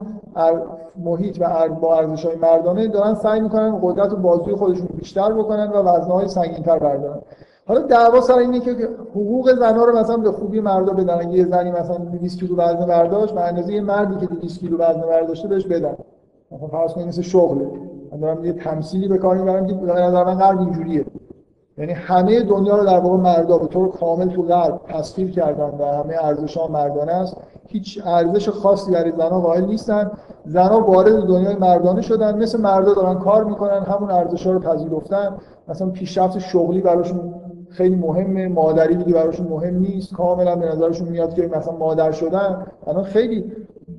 محیط و با ارزش‌های مردانه دارن سعی می‌کنن قدرت و بازوی خودشون بیشتر بکنن و وزن‌های سنگین‌تر بردارن. حالا دعوا سر اینه که حقوق زن‌ها رو مثلا به خوبی مردا بدن. اگه یه زنی مثلا 200 کیلو وزن برداشت، به اندازه یه مردی که 200 کیلو وزن برداشته بهش بدن. مثلا فرض کنید مثل شغله. من دارم یه تمثیلی به کار می‌برم که به نظر من غرب اینجوریه. یعنی همه دنیا رو در واقع مردا به طور کامل تو غرب تسخیر کردن و همه ارزش‌ها مردانه است. هیچ ارزش خاصی برای زن‌ها قائل نیستن. زن‌ها وارد دنیای مردانه شدن، مثل مردا دارن کار میکنن، همون ارزش‌ها رو پذیرفتن. مثلا پیشرفت شغلی براشون خیلی مهمه، مادری دیگه براشون مهم نیست. کاملا به نظرشون میاد که مثلا مادر شدن الان خیلی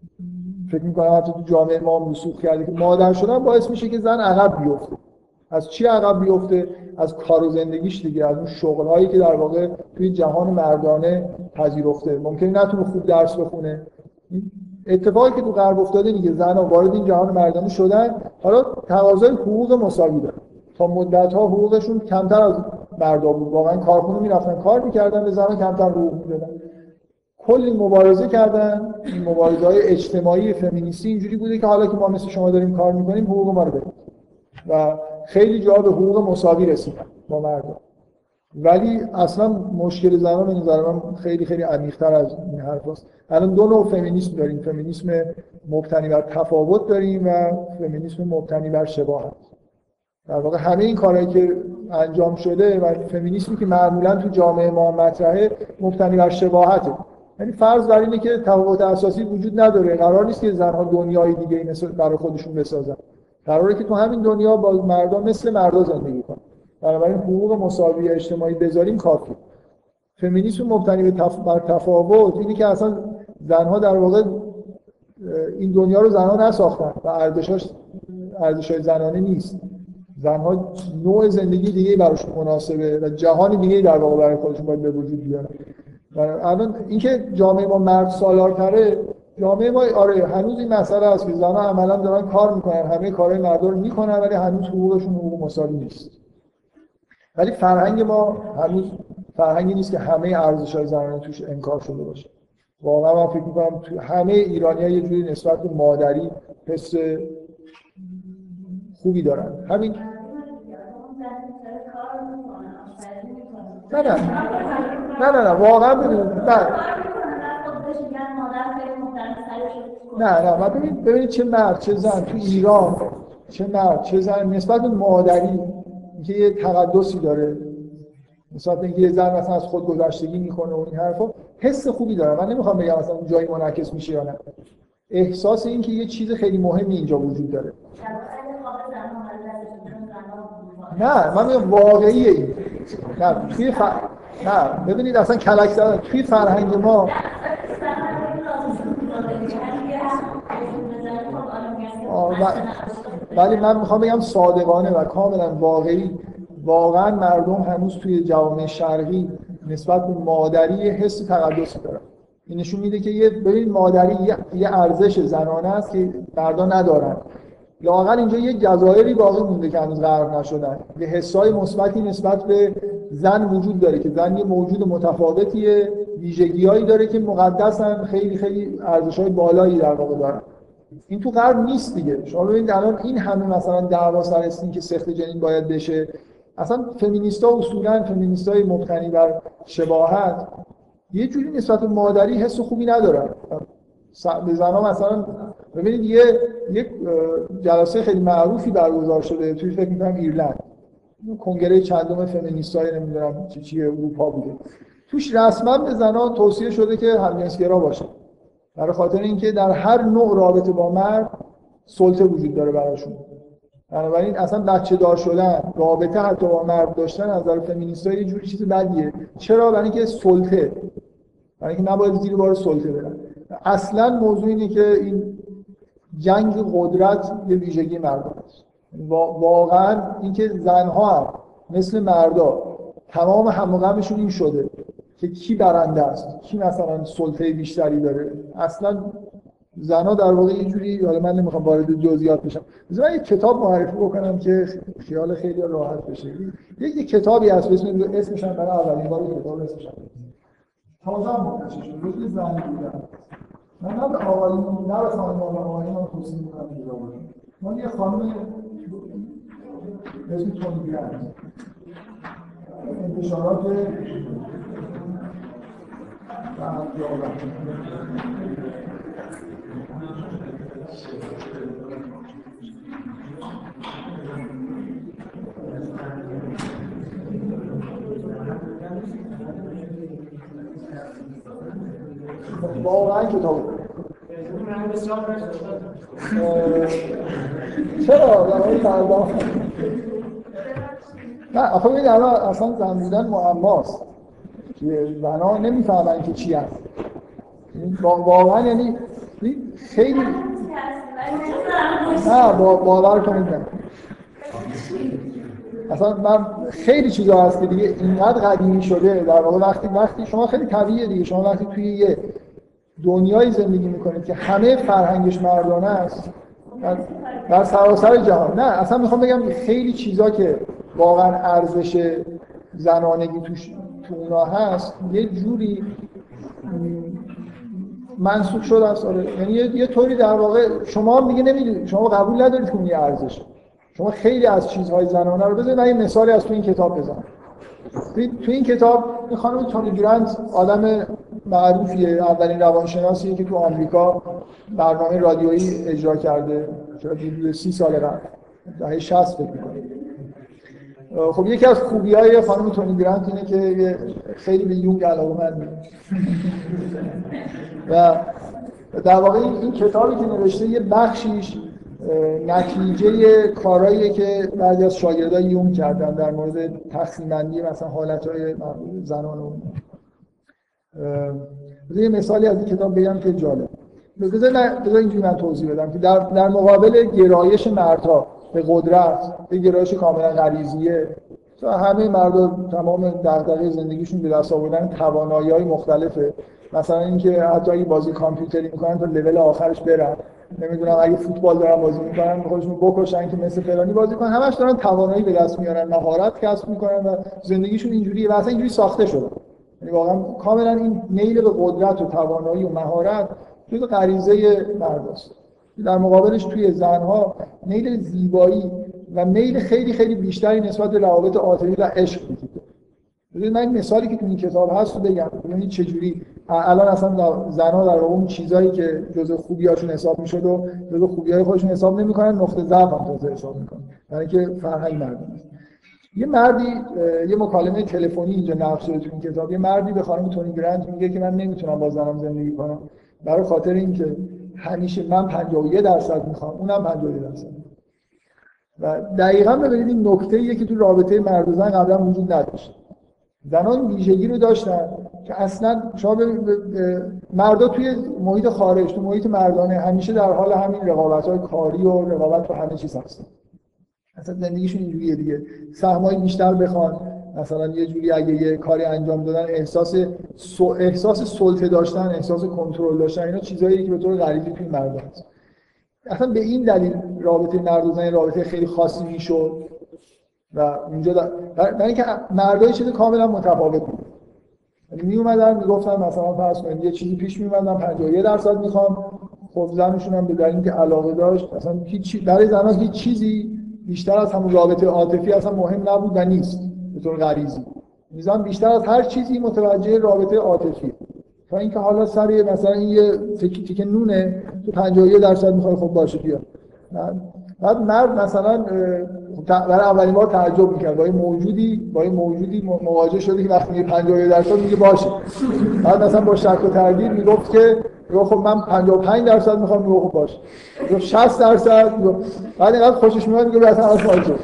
فکر می‌کنم حتی تو جامعه ما هم رسوخ کرده که مادر شدن باعث میشه که زن عقب بیفته. از چی عقب بیفته؟ از کار و زندگیش دیگه، از اون شغل‌هایی که در واقع توی جهان مردانه پذیرفته. ممکنه نتونه خوب درس بخونه. اتفاقی که تو غرب افتاده میگه زن‌ها وارد این جهان مردانه شدن، حالا تقاضای حقوق مساوی دارن. تا مدت‌ها حقوقشون کمتر از مردا بود. واقعا کارخونه میرفتن کار می‌کردن، به زن‌ها کمتر حقوق میدادن. کلی مبارزه کردن. این مبارزه‌های اجتماعی فمینیستی اینجوری بوده که حالا که ما مثل شما داریم کار می‌کنیم حقوق ما رو بدید. و خیلی جا به حقوق مساوی رسیدن با مردم. ولی اصلا مشکل زنان به نظر من خیلی خیلی عمیق‌تر از این حرف است. الان دو نوع فمینیسم داریم، فمینیسم مبتنی بر تفاوت داریم و فمینیسم مبتنی بر شباهت. در واقع همه این کارهایی که انجام شده و فمینیسمی که معمولا تو جامعه ما مطرحه مبتنی بر شباهته. یعنی فرض بر اینه که تفاوت اساسی وجود نداره، قرار نیست که زن‌ها دنیای دیگه‌ای برای خودشون بسازن. قراره که تو همین دنیا با مردم مثل مردا زندگی کنن. بنابراین حقوق مساوی اجتماعی بذاریم کافیه. فمینیسم مبتنی بر تفاوت اینه که اصلا زن‌ها در واقع این دنیا رو زن‌ها نساختن و ارزش‌های زنانه نیست. زن‌ها نوع زندگی دیگه‌ای براشون مناسبه و جهان دیگه‌ای در واقع برای خودشون باید به وجود بیارن. الان اینکه جامعه ما مرد سالارتره، جامعه ما آره هنوز این مسئله هست که زن‌ها عملاً دارن کار میکنن، همه کارهای مردا رو میکنن ولی هنوز حقوقشون حقوق مساوی نیست. ولی فرهنگ ما هنوز فرهنگی نیست که همه ارزش‌های زنانه توش انکار شده باشه. واقعا من فکر می‌کنم تو همه ایرانی‌ها یه جوری نسبت به مادری حس خوبی دارن. همین نه واقعا نه من ببینید چه مرد چه زن تو ایران، چه مرد چه زن نسبت به مادری که یه تقدسی داره، نسبت به اینکه یه زن مثلا از خود گذشتگی میکنه و این حرفا، حس خوبی داره. من نمیخوام بگم مثلا اون جایی منعکس میشه یا نه، احساس این که یه چیز خیلی مهمی اینجا وجود داره. نه من میگم واقعیه این. نه نه ببینید اصلا کلک زدن توی فرهنگ ما ولی من میخوام بگم صادقانه و کاملا واقعی، واقعا مردم هنوز توی جوامع شرقی نسبت به مادری یه حس تقدسی دارن. این نشون میده که ببین مادری یه ارزش زنانه است که مردا ندارن. لااقل اینجا یه جزایری باقی مونده که هنوز غرق نشدن. یه حسای مثبتی نسبت به زن وجود داره که زن یه موجود متفاوتیه، ویژگی‌هایی داره که مقدسن، خیلی خیلی ارزش‌های بالایی در واقع دارن. این تو غرب نیست دیگه. شما ببینید الان این همه مثلا دعوا سر این که سخت جنین باید بشه، اصلا فمینیست‌ها اصولاً فمینیست‌های مبتنی بر شباهت یه جوری نسبت به مادری حس خوبی ندارن. به زن‌ها مثلا ببینید یک جلسه خیلی معروفی برگزار شده توی فکر می‌کنم ایرلند، کنگره چندم فمینیست‌های نمیدونم چی اروپا بوده. توش رسما به زن‌ها توصیه شده که همجنسگرا باشن، برای خاطر اینکه در هر نوع رابطه با مرد سلطه وجود داره براشون. بنابراین اصلا بچه دار شدن، رابطه حتی با مرد داشتن از نظر فمینیست‌ها یه جوری چیز بدیه. چرا؟ برای اینکه سلطه، برای اینکه نباید زیر بار سلطه برن. اصلا موضوع اینه که این جنگ قدرت یه ویژگی مردان است. واقعا اینکه زنها هم مثل مردا تمام هم و غمشون این شده که کی برنده است، کی مثلا سلطه بیشتری داره. اصلا زنها در واقع یه جوری، حالا من نمیخوام وارد جزئیات بشم، مثلا من یک کتاب معرفی بکنم که خیال خیلی راحت بشه. یک کتابی هست اسمش هم برای اولین بار کتاب اسمش تازه منتشر شده، روی زن بودن. من نه به آقایون نه به خانم‌ها آقایون هم توصیه می‌کنم که بخونن. من یه خانم اسم تونی گرند انتشارات واقعا کتاب چرا؟ در حال فردا نه آخه ببینید الان اصلا زن بودن معماست که زنها نمیفهمن که چی هست. واقعا یعنی خیلی نه باور کنید نه اصلا من خیلی چیزا هست که دیگه اینقدر قدیمی شده. در واقع وقتی شما خیلی طبیعیه دیگه، شما وقتی توی یه دنیایی زندگی میکنید که همه فرهنگش مردانه است در سراسر جهان، نه اصلا میخوام بگم خیلی چیزا که واقعا ارزش زنانگی تو اونا هست یه جوری منسوخ شده است. یعنی یه طوری در واقع شما دیگه نمیدونید، شما قبول ندارید که اون یه ارزش. شما خیلی از چیزهای زنانه رو بذارید. من یه مثالی از تو این کتاب بزنم. تو این کتاب این خانم تونی گرانت آدم معروفیه، اولین روانشناسیه که تو آمریکا برنامه رادیویی اجرا کرده، حدود 30 سال قبل، دهه 60 فکر می‌کنم. خب یکی از خوبی‌های خانم تونی گرانت اینه که خیلی به یونگ علاقه‌منده و در واقع این کتابی که نوشته یه بخشیش نتیجه کارهاییه که بعضی از شاگردای یونگ کردن در مورد تقسیم بندی مثلا حالتهای زنان و یه مثالی از این کتاب بگم که جالب. بذار اینجوری من توضیح بدم که در مقابل گرایش مردها به قدرت، به گرایش کاملا غریزیه، همه مردا تمام دغدغه زندگیشون به دست آوردن توانایی‌های مختلفه. مثلا اینکه حتی اگه بازی کامپیوتری میکنن تا لول آخرش برن، نمیدونم اگه فوتبال دارن بازی میکنن خودشون بکشن که مثل فلانی بازی کنن، همش دارن توانایی به دست میارن، مهارت کسب میکنن و زندگیشون اینجوریه و اصلا اینجوری ساخته شده. یعنی واقعا کاملا این میل به قدرت و توانایی و مهارت جزء غریزه مرداست. در مقابلش توی زنها میل زیبایی و میل خیلی خیلی بیشتری نسبت به روابط عاطفی و عشق وجود داره. من این مثالی که تو این کتاب هست رو بگم ببینید چه جوری الان اصلا زنها در اون چیزایی که جزء خوبیاشون حساب میشد و جزء خوبیای خودشون حساب نمیکنن، نقطه ضعف هم تازه حساب میکنن، برای اینکه فرهنگ مردم است. یه مردی یه مکالمه تلفنی اینجا نقل شده تو این کتاب، یه مردی به خانم تونی گرانت میگه که من نمیتونم با زنم زندگی کنم برای خاطر اینکه همیشه من 51% میخوام اونم 51%. و دقیقاً ببینید این نکته‌ایه که تو رابطه مرد و زن قبلا وجود نداشت. زنان این ویژگی رو داشتن که اصلا شما مردا توی محیط خارج، تو محیط مردانه همیشه در حال همین رقابت‌های کاری و رقابت تو همه چیز هستن. اصلا زندگیشون اینجوریه دیگه، سهمای بیشتر بخوان، مثلا یه جوری اگه یه کاری انجام دادن احساس سلطه داشتن، احساس کنترل داشتن، اینا چیزاییه که به طور غریبی توی مرد هست. اصلا به این دلیل رابطه مرد و زن رابطه خیلی خاصی میشد و اونجا برای اینکه مردای چیز کاملا متفاوت بود. یعنی می اومدن میگفتن مثلا فرض کنید یه چیزی پیش می اومدن 51% میخوام، خب زنشون هم به دلیل اینکه علاقه داشت اصلا برای زن‌ها هیچ چیزی بیشتر از همون رابطه عاطفی اصلا مهم نبود و نیست به طور غریزی. میزان بیشتر از هر چیزی متوجه رابطه عاطفی. تا اینکه حالا سر مثلا این یه تیکه نونه تو 51% میخوای، خب باشه بیا. بعد مرد مثلا برای اولین بار تعجب میکرد با این موجودی مواجه شده که وقتی 51% میگه باشه. بعد مثلا با شک و تردید میگفت که خب من 55% میخوام، میگه خب باشه. میگفت 60%، بعد اینقدر خوشش میاد میگه اصلا باشه.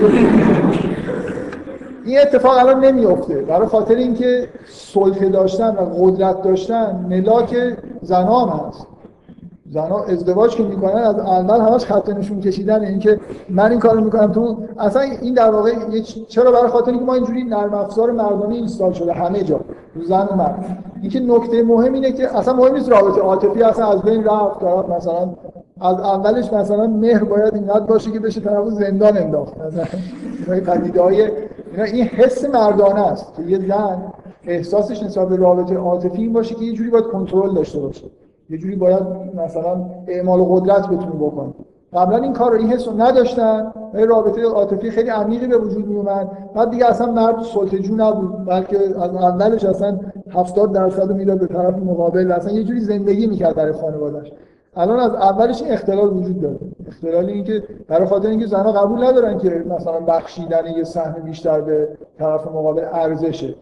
این اتفاق الان نمیفته برای خاطر اینکه سلطه داشتن و قدرت داشتن ملاک زنها هم هست. زنها ازدواج که میکنن از اول همش خط نشون کشیدن، اینکه من این کارو میکنم تو اصلا این در واقع چرا برای خاطر اینکه ما اینجوری نرم افزار مردانه اینستال شده همه جا تو زن و مرد. اینکه نکته مهم اینه که اصلا مهم نیست رابطه عاطفی اصلا از بین رفت، طرف مثلا از اولش مثلا مهر باید اینقدر باشه که بشه طرف زندان انداخت، مثلا این پدیده‌های این حس مردانه است که یه زن احساسش نسبت به رابطه عاطفی این باشه که یه جوری باید کنترل داشته باشه، یه جوری باید مثلا اعمال قدرت بتونه بکنه. قبلا این کار رو این حس رو نداشتن و رابطه عاطفی خیلی عمیقی به وجود می اومد. بعد دیگه اصلا مرد سلطه‌جو نبود، بلکه از اولش اصلا 70% میداد به طرف مقابل، اصلا یه جوری زندگی میکرد برای خانواده‌اش. الان از اولش این اختلال وجود داره. اختلالی این که برای خاطر اینکه زنها قبول ندارن که مثلا بخشیدن یه سهم بیشتر به طرف مقابل ارزشه،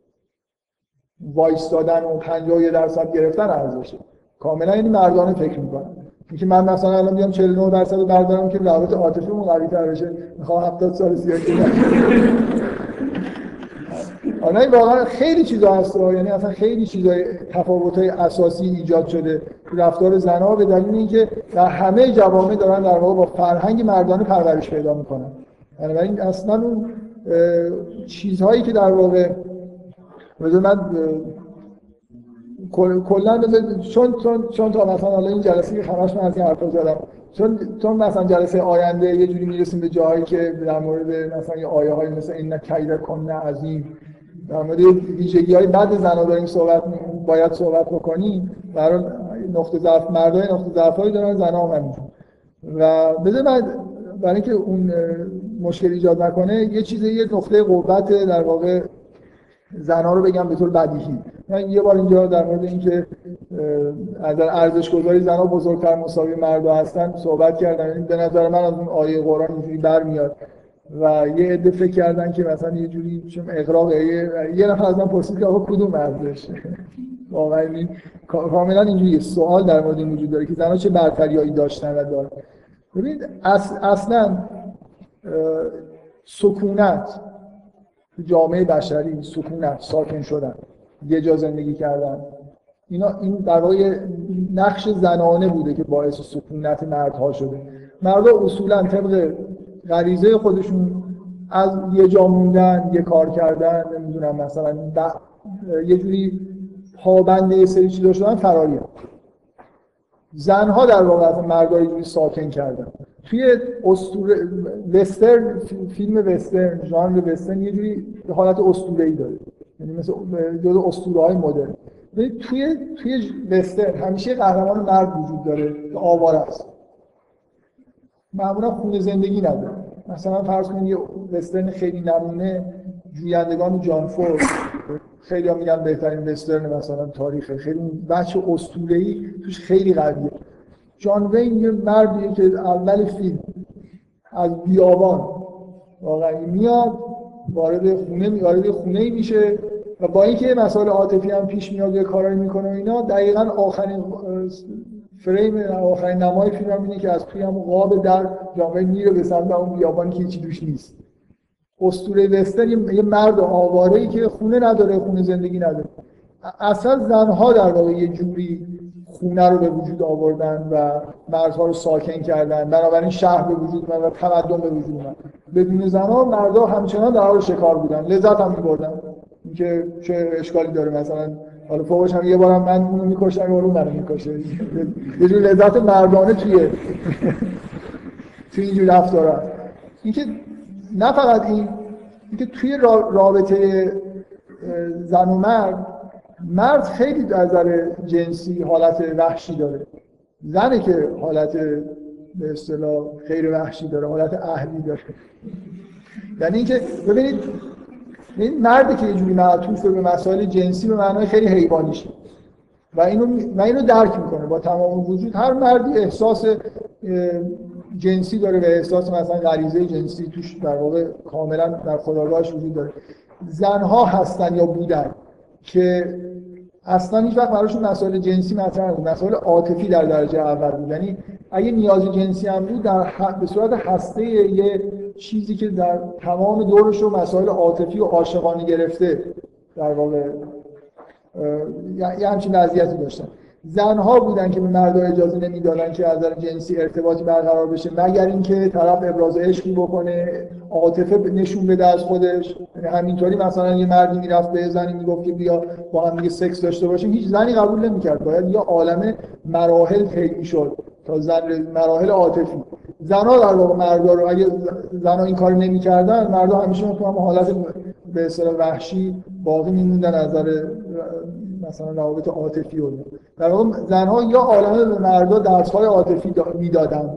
وایستادن و 51% گرفتن ارزشه. کاملا این مردانه فکر میکنن. اینکه من مثلا الان بیام 49% رو بردارم که رابطه عاطفیمون قوی‌تر بشه، میخوام 70 سال سیاسی کنم. آنها واقعا خیلی چیزا هست، یعنی اصلا خیلی چیزای تفاوت‌های اساسی ایجاد شده تو رفتار زن‌ها به دلیل اینکه در همه جوامع دارن در واقع با فرهنگ مردانه پرورش پیدا میکنن. بنابراین اصلا اون چیزهایی که در واقع من کلا چون تا مثلا حالا این جلسه که همش من از این حرفا زدم، چون مثلا جلسه آینده یه جوری میرسیم به جایی که در مورد مثلا یه آیه‌های مثل این کیدکن عظیم در مورد ویژگی‌های بد زنا داریم باید صحبت بکنیم، برای نقطه ضعف مردای نقطه ضعفایی دارن، زنا هم همینجور. و بذار من برای اینکه اون مشکل ایجاد نکنه یه نقطه قوت در واقع زنها رو بگم به طور بدیهی. من یه بار اینجا در مورد اینکه از ارزش‌گذاری زنها بزرگتر مساوی مردا هستن صحبت کردم. یعنی به نظر من از اون آیه قرآن اینجوری برمیاد و یه عده فکر کردن که مثلا یه جوری چون اغراق یه نفر از من پرسید که آقا کدوم ارزش واقعا این کاملا اینجوریه. سوال در مورد این وجود داره که زنها چه برتریایی داشتن و دارن. ببینید اصلا سکونت تو جامعه بشری، سکونت، ساکن شدن، یه جا زندگی کردن، این در واقع نقش زنانه بوده که باعث سکونت مردها شده. مردها اصولا طبق غریزه خودشون از یه جا موندن، یه کار کردن، نمیدونم مثلا یه جوری پابند یه سری چیزا شدن فراری هم. زنها در واقع از مردها یه جوری ساکن کردن. توی اسطوره وسترن، فیلم وسترن، ژانر وسترن یه جوری حالت اسطوره‌ای داره، یعنی مثل جزء اسطوره‌های مدرن. توی وسترن همیشه قهرمان مرد وجود داره که آواره است، معمولا خونه زندگی نداره. مثلا فرض کنید یه وسترن خیلی نمونه جویندگان جان فورد، خیلی ها میگن بهترین وسترن مثلا تاریخ، خیلی بچه اسطوره‌ای توش خیلی قویه. جان وین یه مردیه که اول فیلم از بیابان واقعا میاد وارد خونه میشه و با اینکه مسائل عاطفی هم پیش میاد یه کارایی میکنه و اینا، دقیقاً آخرین فریم آخرین نمای فیلم هم اینه که از توی هم قاب در جان وین میره به سمت اون بیابانی که هیچی توش نیست. اسطوره وسترن یه مرد آواره‌ای که خونه نداره، خونه زندگی نداره. اصلا زنها در واقع یه جوری خونه رو به وجود آوردن و مرزها رو ساکن کردن، بنابراین شهر به وجود اومد و تمدن به وجود اومد. بدون زنها مردا همچنان در حال شکار بودن، لذت هم می‌بردن. اینکه چه اشکالی داره مثلا حالا فوقش هم یه بارم من اونو می‌کشتم یا اون منو می‌کشه، یه جور لذت مردانه توی اینجور رفتارا. اینکه نه فقط اینکه توی رابطه زن و مرد خیلی از نظر جنسی حالت وحشی داره، زنه که حالت به اصطلاح غیر وحشی داره، حالت اهلی داره. یعنی اینکه ببینید این مردی که یه جوری معطوف به مسائل جنسی به معنای خیلی حیوانیشه و اینو درک میکنه با تمام وجود. هر مردی احساس جنسی داره و احساس مثلا غریزه جنسی توش در واقع کاملا در خودآگاهش وجود داره. زنها هستن یا بودن که اصلا هیچ وقت براشون مسائل جنسی مطرح نبود، مسائل عاطفی در درجه اول بود. یعنی اگه نیاز جنسی هم بود به صورت هسته یه چیزی که در تمام دورش رو مسائل عاطفی و عاشقانه گرفته در واقع یه همچین وضعیتی داشتن. زنها بودن که به مردها اجازه نمیدادن که از نظر جنسی ارتباطی برقرار بشه مگر اینکه طرف ابراز عشقی بکنه، عاطفه نشون بده از خودش. یعنی همینطوری مثلا یه مردی میرفت به زنی میگفت که بیا با هم دیگه سکس داشته باشیم، هیچ زنی قبول نمیکرد. باید یه عالمه مراحل طی میشد تا مراحل عاطفی. زنها در واقع مردا رو اگه زنها این کارو نمیکردن، مردا همیشه تو هم حالت به اصطلاح وحشی باقی میموندن از نظر مثلا روابط عاطفی و در واقع زنها یا عالمه به مردا درس‌های عاطفی میدادن.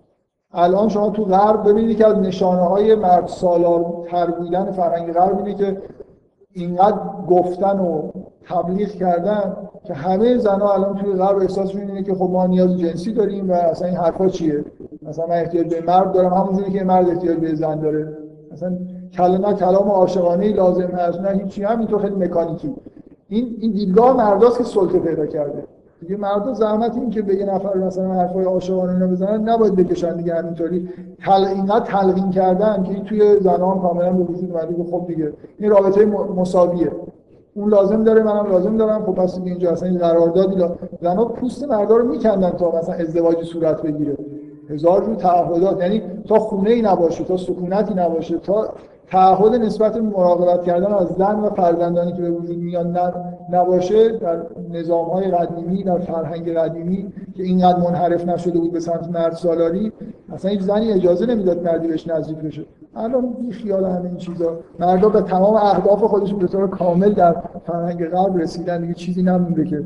الان شما تو غرب ببینید که از نشانه‌های مرد سالارتر بودن فرهنگ غرب اینه که اینقدر گفتن و تبلیغ کردن که همه زنها الان توی غرب احساسشون اینه که خب ما نیاز جنسی داریم و اصلا این حرفا چیه؟ مثلا من احتیاج به مرد دارم همونجوری که مرد احتیاج به زن داره. مثلا کلام عاشقانه‌ای لازم هست، نه هیچی، همینطور خیلی مکانیکی. این دیدگاه مرداست که سلطه پیدا کرده. دیگه مردا زحمت این که به یه نفر مثلا حرفای عاشقانه اینا بزنن نباید بکشن دیگه. همینطوری اینقدر تلقین کردن که توی زنان کاملا به وجود اومده که خب دیگه این رابطه مساویه، اون لازم داره منم لازم دارم، خب پس اینجا اصلا این قراردادی زنا پوست مردا رو میکندن تا مثلا ازدواجی صورت بگیره. هزار جور تعهدات، یعنی تا خونه‌ای نباشه، تا سکونتی نباشه، تا تعهد نسبت مراقبت کردن از زن و فرزندانی که به وجود میان نباشه. در نظام‌های قدیمی، در فرهنگ قدیمی که اینقدر منحرف نشده بود به سمت مرد سالاری، اصلا هیچ زنی اجازه نمیداد مردی بهش نزدیک بشه. الان بی خیال همه این چیزا، مردا به تمام اهداف خودشون به طور کامل در فرهنگ غرب رسیدن، دیگه چیزی نمونده که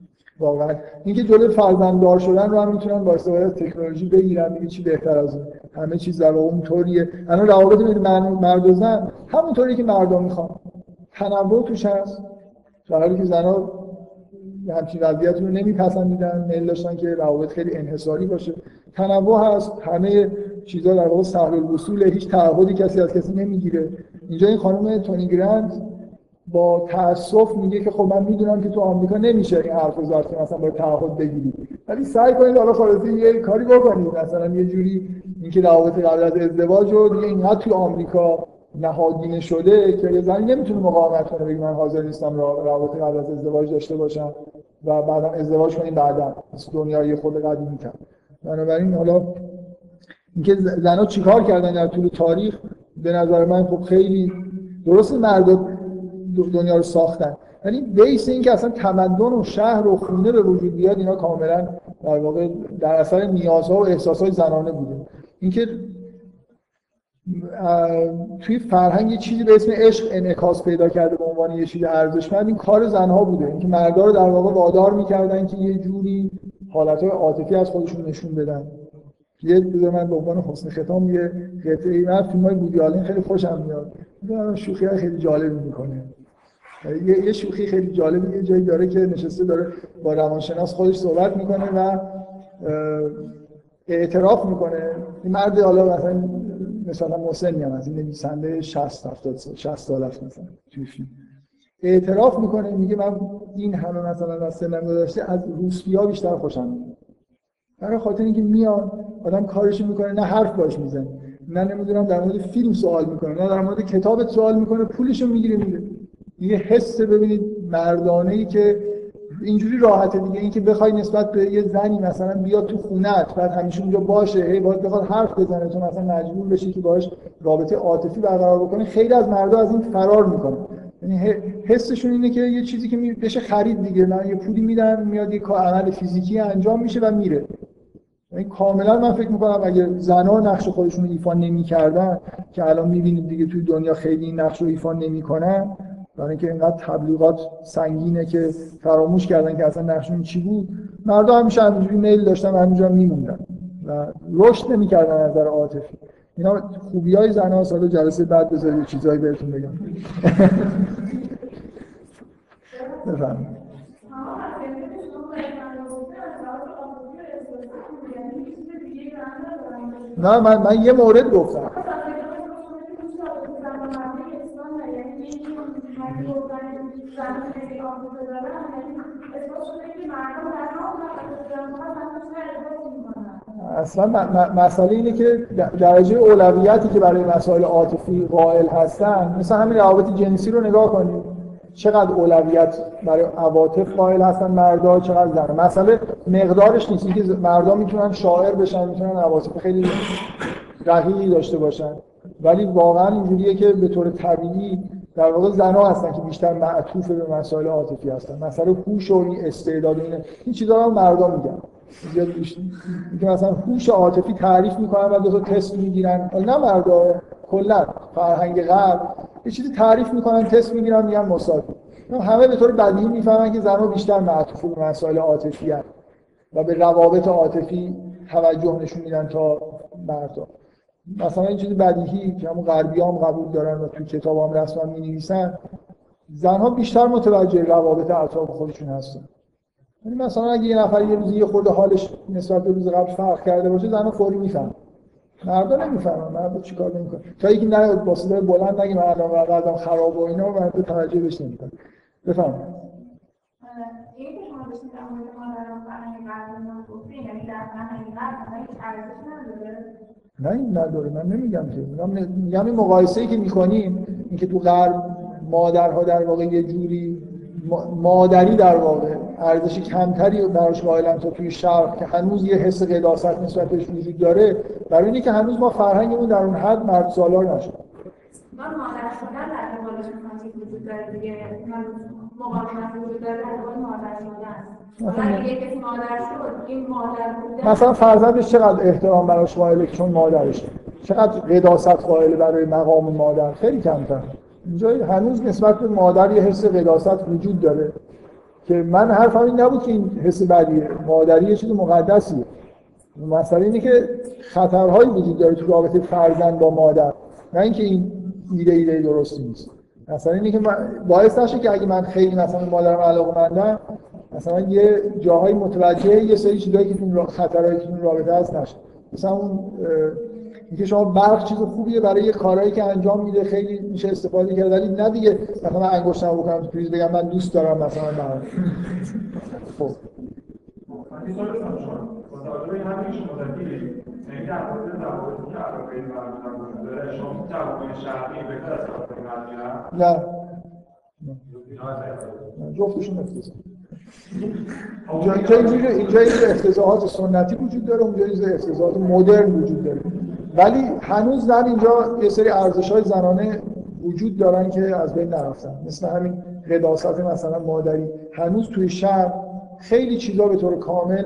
واقعا اینکه جلوی فرزنددار شدن رو هم میتونن با استفاده از تکنولوژی بگیرن. دیگه چی بهتر از این؟ همه چیز در واقع اونطوریه. الان روابط بین مرد و زن همونطوری که مردا میخوان، تنوع توش هست، در حالی که زنها همچین وضعیتی رو نمیپسندیدن، میل داشتن که روابط خیلی انحصاری باشه. تنوع هست، همه چیزا در واقع سهل الوصول، هیچ تعهدی کسی از کسی نمیگیره. اینجا این خانم تونی گرانت با تأسف میگه که خب من میدونم که تو آمریکا نمیشه این حرفو زد که مثلا باید تعهد بگیرید، ولی سعی کنید حالا خلاصه یه کاری بکنید، مثلا یه جوری اینکه روابط قبل از ازدواج رو دیگه اینقدر توی آمریکا نهادینه شده که یه زنی نمیتونه مقاومت کنه بگه من حاضر نیستم روابط قبل از ازدواج داشته باشم و بعدا ازدواج کنیم بعدا از دنیای خود قدیمی تر. بنابراین حالا اینکه زنها چیکار کردن در طول تاریخ به نظر من خب خیلی درست مردا دنیا رو ساختن، ولی بیس این که اصلا تمدن و شهر و خونه به وجود بیاد اینا کاملا در واقع در اثر نیازها و احساسات زنانه بوده. اینکه توی فرهنگ یه چیزی به اسم عشق انعکاس پیدا کرده به عنوان یه چیز ارزشمند، این کار زنها بوده. اینکه مردا رو در واقع وادار می‌کردن که یه جوری حالت‌های عاطفی از خودشون نشون بدن. یه بذار من به عنوان حسن ختام یه قطعه‌ای من فیلم‌های بودی آلن خیلی خوشم میاد. من شوخی خیلی جالب می‌کنه. یه شوخی خیلی جالب یه جایی داره که نشسته داره با روانشناس خودش صحبت میکنه و اعتراف میکنه. این مرد حالا مثلا مسنی هم از این نویسنده 60 سال است مثلا توی فیلم اعتراف میکنه، میگه من این همه مثلا از سنم گذشته از روسپی‌ها بیشتر خوشم میاد. برای خاطر اینکه میاد آدم کارش میکنه، نه حرف باش میزنه، نه نمیدونم در مورد فیلم سوال میکنه، نه در مورد کتاب سوال میکنه، پولشو میگیره میره. یه حس ببینید مردانه‌ای که اینجوری راحته دیگه. اینکه بخوای نسبت به یه زنی مثلا بیاد تو خونه‌ات بعد همیشه اونجا باشه، هی باید بخواد حرف بزنه تو مثلا مجبور بشی که باهاش رابطه عاطفی برقرار بکنی، خیلی از مردا از این فرار میکنن. یعنی حسشون اینه که یه چیزی که بشه خرید دیگه، من یه پولی میدم میاد یه کار عمل فیزیکی انجام میشه و میره. یعنی کاملا من فکر میکنم اگه زن‌ها نقش خودشون رو ایفا نمی‌کردن که الان می‌بینید دیگه توی دنیا خیلی این نقش رو ایفا نمی‌کنن، برای اینکه اینقدر تبلیغات سنگینه که فراموش کردن که اصلا نقششون چی بود. مردا همیشه همینجوری میل داشتن و همینجوری میموندن و رشد نمی‌کردن از نظر عاطفی. اینا خوبیای زن‌ها. سال جلسه بعد بذارید چیزایی بهتون بگم. بفرمایید. نه من یه مورد گفتم. اصلا مسئله اینه که درجه اولویتی که برای مسائل عاطفی قائل هستن، مثلا همین روابط جنسی رو نگاه کنید، چقدر اولویت برای عواطف قائل هستن مردا، چقدر زن. مسئله مقدارش نیست، اینکه مردا میتونن شاعر بشن، میتونن عواطف خیلی رقیقی داشته باشن، ولی واقعا اینجوریه که به طور طبیعی در واقع زنها هستن که بیشتر معطوف به مسائل عاطفی هستن. مسئله هوش و استعداد این چیزا رو مردا میگن. زیاد میگه مثلا هوش عاطفی تعریف میکنن و دو تا تست میگیرن، نه مردا، کلا فرهنگ غرب یه چیزی تعریف میکنن، تست میگیرن، میگن مساوی. همه به طور بدیهی میفهمن که زنها بیشتر معطوف به مسائل عاطفی هستن و به روابط عاطفی توجه نشون میدن تا مردا. مثلا این چیز بدیهی که همون غربی‌ها هم قبول دارن و توی کتابام رسما می‌نویسن، زنها بیشتر متوجه روابط اطراف خودشون هستن. یعنی مثلا اگه یه نفر یه روزی یه خورده حالش نسبت به روز قبل فرق کرده باشه، زنها فوری میفهمن. مردا نمیفهمن. مردا چیکار نمی‌کنن تا اینکه نه با صدای بلند نگه من الان وضعم خرابه و اینا، مردا توجه بهش نمی‌کنن. بفهمید این که شما داشتید در مورد مادران فرهنگ غربی گفتید، یعنی در فرهنگ غرب هیچ ارزشی نداره؟ نه این نداره. من نمیگم که، میگم این مقایسه‌ای که می‌کنیم، اینکه تو غرب مادرها در واقع یه جوری مادری در واقع ارزش کمتری براش قائلن تا توی شرق که هنوز یه حس قداست نسبت بهش وجود داره، برای اینه که هنوز ما فرهنگمون در اون حد مرد سالار نشد. ما مادر شدن در قبالش می‌خوایم وجود داره دیگه، مقاومت وجود داره در قبال مادر شدن. حالا اگه کسی مادر شد، این مادر بودن مثلا فرزندش چقدر احترام براش قائله چون مادرشه، چقدر قداست قائله برای مقام مادر، خیلی کمتر. اینجا هنوز نسبت به مادر یه حس قداست وجود داره که من حرفم این نبود که این حس بدیه. مادری یه چیز مقدسیه. مسئله اینه که خطرهایی وجود داره تو رابطه فرزند با مادر، نه اینکه این ایده درستی نیست. مثلا اینه که باعث نشه که اگه من خیلی مثلا مادرم علاقه‌مندم، مثلا یه جاهای متوجه یه سری چیزایی که تو خطرایی که تو رابطه هست نشه. مثلا اون اینکه شما برق چیز خوبیه برای یه کارهایی که انجام میده، خیلی میشه استفاده کرد، ولی نه دیگه مثلا من انگشتم بکنم تو پریز بگم من دوست دارم مثلا برق. خب نه جفتشون افتضاح. اینجا افتضاحات سنتی وجود داره، اونجا افتضاحات مدرن وجود داره، ولی هنوز زن اینجا یه سری ارزش‌های زنانه وجود دارن که از بین نرفتن، مثل همین قداست مثلا مادری. هنوز توی شهر خیلی چیزا به طور کامل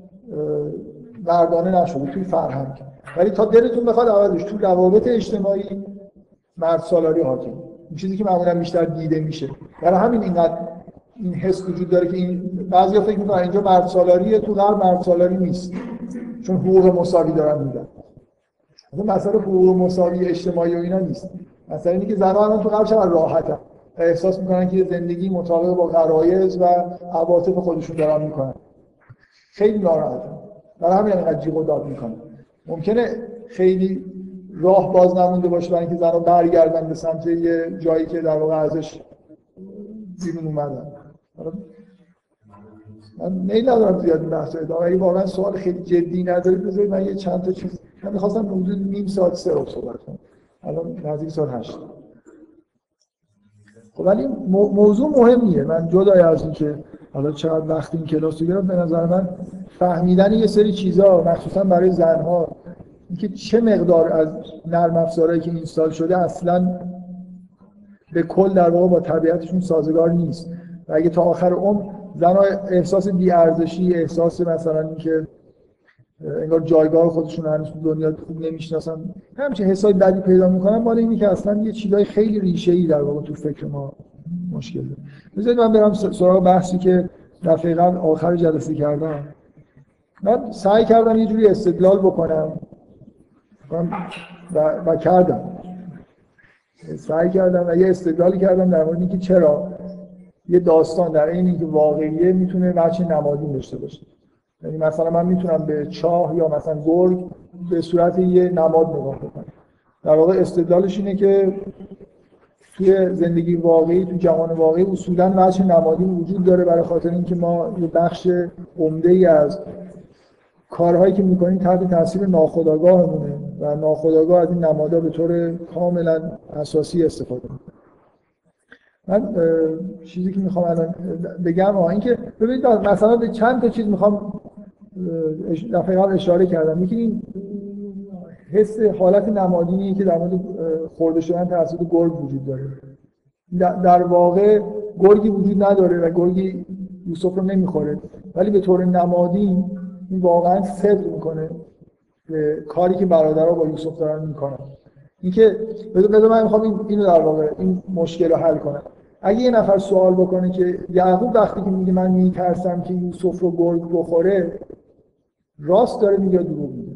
مردانه نشده توی فرهنگ، ولی تا دلتون بخواد عوضش تو روابط اجتماعی مرد سالاری حاکم، این چیزی که معمولا بیشتر دیده میشه. برای همین اینقدر این حس وجود داره که این بعضیا فکر میکنن اینجا مرد سالاریه، تو غرب مرد سالاری نیست چون حقوق مساوی دارن میدن. مثلا حقوق مساوی اجتماعی و اینا نیست. مثلا اینکه زن‌ها الان تو غرب چقدر راحتن و احساس میکنن که زندگی مطابق با غرایز و عواطف خودشون دارن میکنن، خیلی ناراحتن، برای همین اینقدر جیغ و داد میکنن. ممکنه خیلی راه باز نمونده باشه برای اینکه زن‌ها برگردن به سمت یه جایی که در واقع ازش بیرون اومدن. من میل ندارم زیاد این بحث ادامه، اگه واقعا سوال خیلی جدی ندارید بذارید من یه چند تا چیز، من می‌خواستم حدود نیم ساعت صحبت کنم، الان نزدیک ساعت 8. خب ولی موضوع مهمیه. من جدای از این که حالا چقدر وقت این کلاس رو گرفت، به نظر من فهمیدن یه سری چیزا مخصوصا برای زنها، اینکه چه مقدار از نرم افزارهایی که اینستال شده اصلاً به کل در واقع با طبیعتشون سازگار نیست و اگه تا آخر عمر زنها احساس بی‌ارزشی، احساس مثلا اینکه انگار جایگاه خودشون هنوز تو دنیا خوب نمیشناسن، همچین حسای بدی پیدا میکنن، مال اینی که اصلا یه چیزای خیلی ریشه‌ای در واقع تو فکر ما مشکل داره. بذارید من برم سراغ بحثی که دفعه قبل آخر جلسه کردم. من سعی کردم یه جوری استدلال بکنم و کردم. سعی کردم و یه استدلالی کردم در مورد اینکه چرا یه داستان در این اینکه واقعیه میتونه وجه نمادین داشته باشه. یعنی مثلا من میتونم به چاه یا مثلا گرگ به صورت یه نماد نگاه کنم. در واقع استدلالش اینه که توی زندگی واقعی، تو جهان واقعی اصولاً وجه نمادین وجود داره، برای خاطر اینکه ما یه بخش عمده‌ای از کارهایی که میکنیم تحت تاثیر ناخودآگاهمونه و ناخودآگاه از این نمادها به طور کاملا اساسی استفاده میکنه. من چیزی که میخوام الان بگم اینکه ببینید مثلا به چند تا چیز میخوام دفعه قبل اشاره کردم. یکی این حس حالت نمادینی که در مورد خورده شدن توسط گرگ وجود داره. در واقع گرگی وجود نداره و گرگی یوسف رو نمیخوره، ولی به طور نمادین این واقعا صدق میکنه به کاری که برادرها با یوسف دارن میکنن. اینکه من میخوام اینو در واقع این مشکل رو حل کنم. اگه یه نفر سوال بکنه که یعقوب وقتی که میگه من میترسم که یوسف رو گرگ بخوره، راست داره میگه یا دروغ میگه؟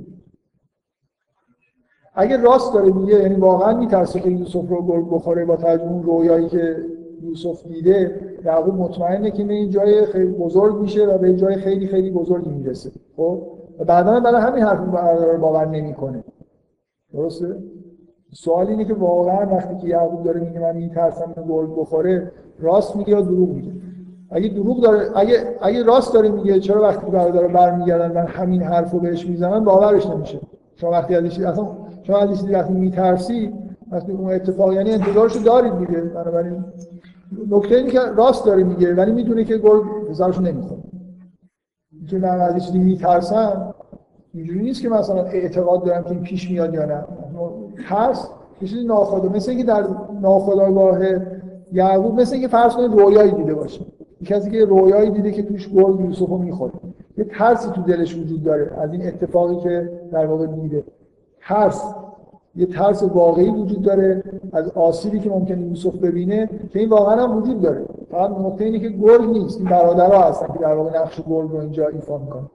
اگه راست داره میگه، یعنی واقعا میترسه که یوسف رو گرگ بخوره، با توجه اون رویایی که یوسف دیده، یعقوب مطمئنه که به این جای خیلی بزرگ میشه و به این جای خیلی خیلی بزرگی میرسه. خب و بعداً برای همین حرف رو باور نمیکنه. درسته؟ سوال اینه که واقعا وقتی که یعقوب داره میگه من میترسم که گرگ بخوره، راست میگه یا دروغ میگه؟ اگه دروغ داره، اگه راست داره میگه، چرا وقتی برادرها برمیگردن من همین حرفو بهش میزنن باورش نمیشه؟ شما وقتی ازش وقتی میترسی، وقتی اون اتفاق، یعنی انتظارشو دارید دیگه. بنابراین نکته اینه که راست داره میگه ولی میدونه که گرگ پسرشو نمیخوره. که من از چیزی میترسم اینجوری نیست که مثلا اعتقاد دارم که این پیش میاد یا نه. ترس یه چیزی ناخودآگاه، مثل اینکه در ناخودآگاه یعقوب مثل اینکه فرض کنید رویایی دیده باشه. کسی که رویایی دیده که توش گرگ یوسفو میخوره، یه ترسی تو دلش وجود داره از این اتفاقی که در واقع دیده. یه ترس واقعی وجود داره از آسیبی که ممکنه یوسف ببینه که این واقعا هم وجود داره. فقط نکته اینه که گرگ نیست، این برادرها هستن که در واقع نقش گرگ رو اینجا ایفا میکنن.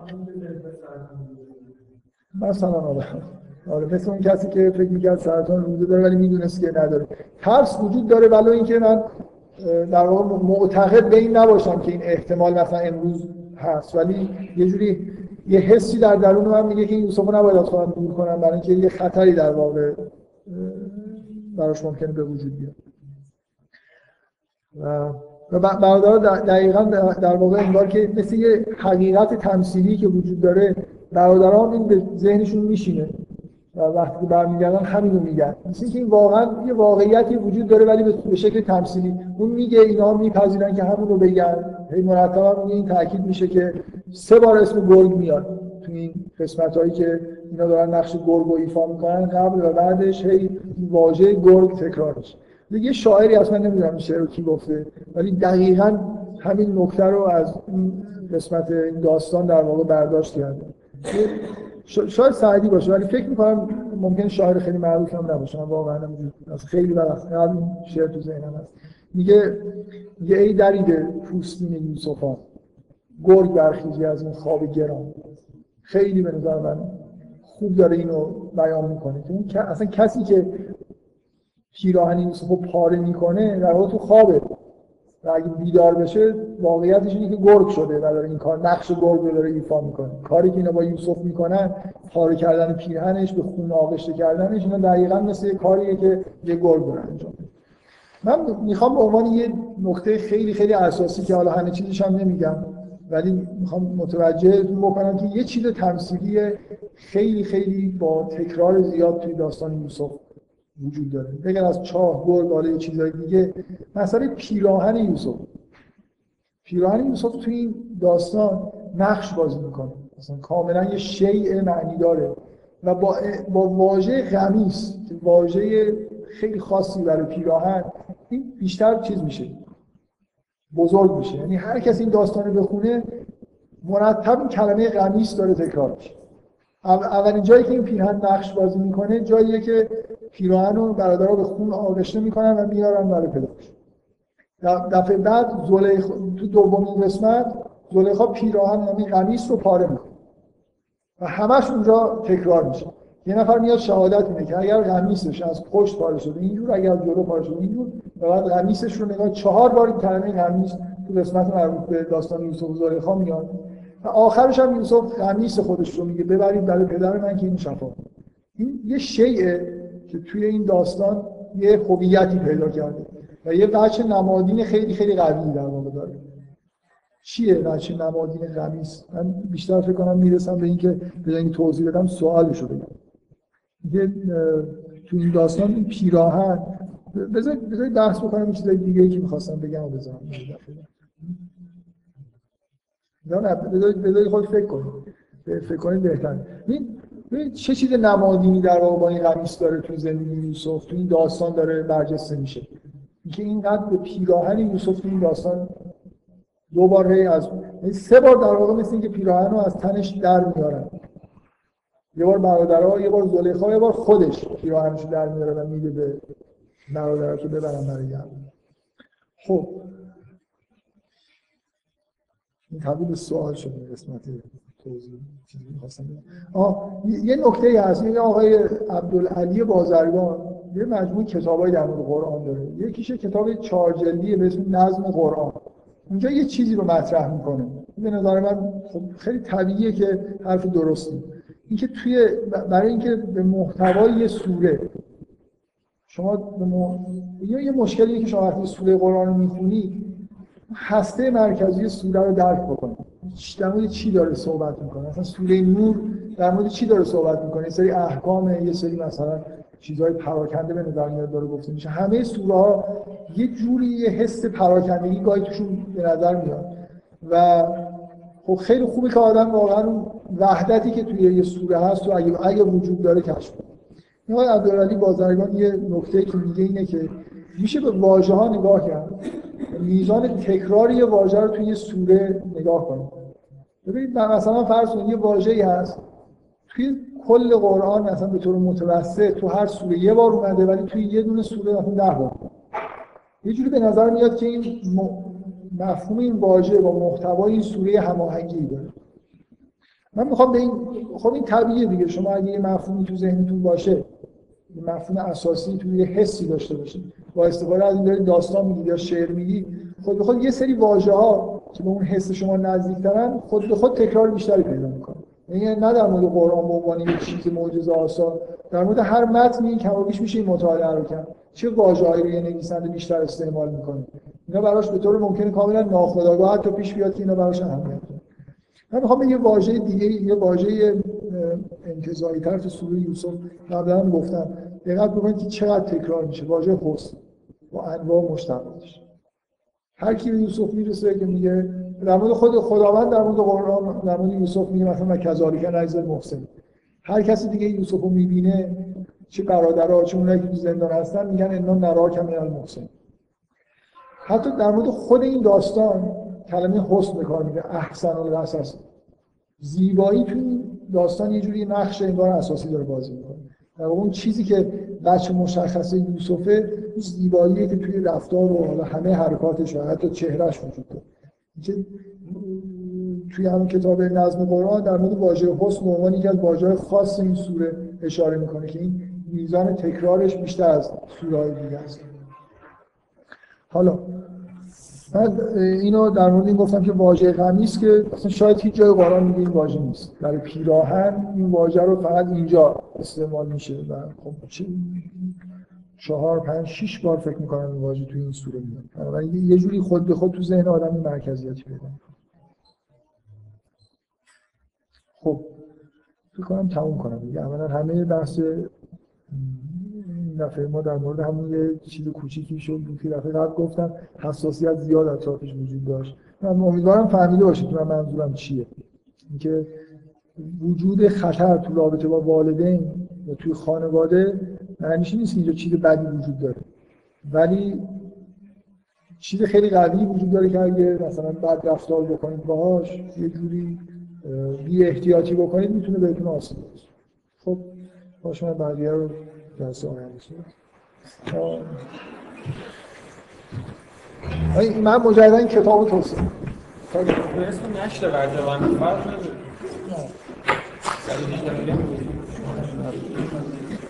مثلا آره مثل اون کسی که فکر می‌کرد سرطان روزه داره ولی میدونست که نداره. ترس وجود داره، ولی اینکه من در واقع معتقد به این نباشم که این احتمال مثلا امروز هست، ولی یه جوری یه حسی در درون من میگه که یوسفو نباید از خودم دور کنم، برای اینکه یه خطری در واقع براش ممکنه به وجود بیاد. و برادرها دقیقاً در واقع انگار که مثل یه حقیقت تمثیلی که وجود داره، برادرها این به ذهنشون میشینه و وقتی برمیگردن همین رو میگن. مثل اینکه این واقعا یه واقعیتی وجود داره ولی به شکل تمثیلی. اون میگه، اینا میپذیرن که همون رو بگن. هی مرتبا این تاکید میشه که 3 بار اسم گرگ میاد تو این قسمتایی که اینا دارن نقش گرگ رو ایفا میکنن، قبل و بعدش هی واژه گرگ تکرار میشه. یه شاعری اصلا نمیدونم شعر رو کی گفته، ولی دقیقاً همین نکته رو از این قسمت این داستان در واقع برداشت کرده. شاید سعدی باشه ولی فکر میکنم ممکن شاعر خیلی معروف هم نباشه. من واقعا از خیلی وقت قبل این شعر تو ذهنم هست. میگه ای دریده پوستین یوسفا، گرگ برخیزی از این خواب گران. خیلی به نظر من خوب داره اینو بیان میکنه که اصلا کسی که پیراهن یوسفو پاره میکنه در واقع تو خوابه و اگه بیدار بشه واقعیتش اینه که گرگ شده و داره این کار، نقش گرگ رو داره ایفا میکنه. کاری که اینا با یوسف میکنن، پاره کردن پیرهنش، به خون آغشته کردنش، اینا دقیقاً مثل کاریه که یه گرگ داره انجام میده. من میخوام به عنوان یه نکته خیلی خیلی اساسی که حالا همه چیزش هم نمیگم ولی میخوام متوجهتون بکنم که یه چیز تمثیلی خیلی خیلی با تکرار زیاد توی داستان یوسف وجود داره. بگن از چاه، گرگ، حالا یه چیزای دیگه. مسئله پیراهن یوسف. پیراهن یوسف توی این داستان نقش بازی میکنه، مثلا کاملا یه شیء معنی داره و با واژه قمیص که واژه خیلی خاصی برای پیراهن، این بیشتر چیز میشه، بزرگ میشه. یعنی هر کسی این داستان رو بخونه مرتب این کلمه قمیص داره تکرار میشه. اولین جایی که این پیراهن نقش بازی میکنه جاییه که پیراهن رو برادرها به خون آغشته میکنن و میارن برای پدرش. دفعه بعد تو دومین قسمت زلیخا پیراهن یعنی قمیص رو پاره میکنه و همش اونجا تکرار میشه. یه نفر میاد شهادت میده که اگر قمیصش از پشت پاره شده اینجور، اگر از جلو پاره شده اینجور، و بعد قمیصش رو نگاه 4 بار این کلمه قمیص تو قسمت مربوط به داستان یوسف و زلیخا میاد و آخرش هم یوسف قمیص خودش رو میگه ببرید برای پدر من که این شفا. این یه شیء که توی این داستان یه هویتی پیدا کرده و یه وجه نمادین خیلی خیلی قوی در واقع داره. چیه وجه نمادین قمیص؟ من بیشتر فکر کنم میرسم به اینکه به این توضیح بدم سوالشو بگم. تو این داستان این پیراهن، بذارید بحث بکنم این چیزای دیگه‌ای که می‌خواستم بگم و بذارم بذارید خود فکر کنید بهتر. چه چیز نمادینی در واقع با این قمیص داره تو زندگی یوسف، تو این داستان داره برجسته میشه. اینکه اینقدر به پیراهن یوسف تو این داستان دو بار از 3 بار در واقع مثل اینکه پیراهن رو از تنش در میارن. یه بار برادرها، یه بار زلیخا، یه بار خودش پیراهنش در میاره و میده به برادرها که ببرن برای گردن. خب این تبدیل به سوال شده قسمت توضیح چیزی می‌خواستم بگم. یه نکته هست، این آقای عبدالعلی بازرگان یه مجموعه کتابای در مورد قرآن داره. یکیش کتاب 4 جلدی به اسم نظم قرآن. اونجا یه چیزی رو مطرح میکنه. به نظر من خب خیلی طبیعیه که حرف درستی. اینکه برای اینکه به محتوای یه سوره شما یه مشکلیه که شما وقتی سوره قرآن رو میخونید هسته مرکزی سوره رو درک بکنید. در مورد چی داره صحبت میکنه؟ مثلا سوره نور در مورد چی داره صحبت میکنه؟ یه سری احکام، یه سری مثلا چیزهای پراکنده به نظر میاد داره گفته میشه. همه سوره ها یه جوری یه حس پراکندگی گاهی توشون به نظر میاد و خب خیلی خوبه که آدم واقعا وحدتی که توی یه سوره هست و اگه وجود داره کشف کنه. این آقای عبدالعلی بازرگان یه نکته‌ای که میگه اینه که میشه به واژه‌ها نگاه کرد، میزان تکراری واژه رو توی یه سوره نگاه کنید. ببینید مثلا فرض کنید یه واژه‌ای هست توی کل قرآن مثلا به طور متوسط تو هر سوره یه بار اومده ولی توی یه دونه سوره مثلا 10 بار. یه جوری به نظر میاد که این مفهوم این واژه با محتوای این سوره هماهنگی داره. من میخوام به این خب این طبیعیه دیگه، شما اگه یه مفهومی تو ذهنتون باشه، یه مفهوم اساسی توی یه حسی داشته باشید، با استفاده از این دارید داستان میگید یا شعر میگید، خود به خود یه سری واژه‌ها که به اون حس شما نزدیک‌ترن خود به خود تکرار بیشتری پیدا می‌کنه. یعنی نه در مورد قرآن به عنوان یک چیز معجزه‌آسا، در مورد هر متنی کم و بیش میشه این مطالعه رو کرد. چه واژه‌هایی رو یه نویسنده بیشتر استعمال می‌کنه. اینا براش به طور ممکنه کاملا ناخودآگاه حتی پیش بیاد که اینا براش اهمیت داره. من می‌خوام یه واژه دیگه، یه واژه انتزاعی‌تر تو سوره یوسف قبلا هم گفتم. دقت بکنید که چقدر تکرار میشه واژه حسن با انواع مشتقاتش. هر کی به یوسف میرسه که میگه در مورد خود خداوند در مورد قرآن در مورد یوسف میگه مثلا کذالک نجزی المحسنین. هر کسی دیگه یوسف رو میبینه، چه برادرها چه اونایی که تو زندان هستن، میگن انا نراک من المحسنین. حتی در مورد خود این داستان کلمه حسن به کار میره، احسن القصص. زیبایی تو این داستان یه جوری نقش انگار اساسی داره بازی میکنه. در واقع اون چیزی که بچه مشخصه یوسفه، زیباییه که توی رفتار و حالا همه حرکاتش و حتی چهرهش وجود داره. که توی همون کتاب نظم قرآن در مورد واژه حسن به عنوان یکی از واژه‌های خاص این سوره اشاره میکنه که این میزان تکرارش بیشتر از سوره‌های دیگه است. حالا من اینو در مورد این گفتم که واژه قمیص که اصلا شاید هیچ جای قرآن میگه این واژه نیست. برای پیراهن این واژه رو فقط اینجا استعمال میشه و خب 4 5 6 بار فکر می‌کنم این واژه توی این سوره میاد. بنابراین یه جوری خود به خود تو ذهن آدم این مرکزیتی پیدا می‌کنه. خب فکر کنم تموم کنم دیگه. اولا همه بحث این دفعه ما در مورد همون یه چیز کوچیکی شد که دفعه قبل گفتم حساسیت زیاد اطرافش وجود داشت. من امیدوارم فهمیده باشید که من منظورم چیه. اینکه وجود خطر تو رابطه با والدین یا توی خانواده معنیش نیست که اینجا چیز بدی وجود داره، ولی چیز خیلی قوی وجود داره که اگه مثلا بد رفتار بکنید باهاش، یه جوری بی احتیاطی بکنید، میتونه بهتون آسیب برسونه. خب باشه، من بقیه رو جلسه آینده من مجددا این کتاب رو توصیه اسم نشته برجوان فرق نداره.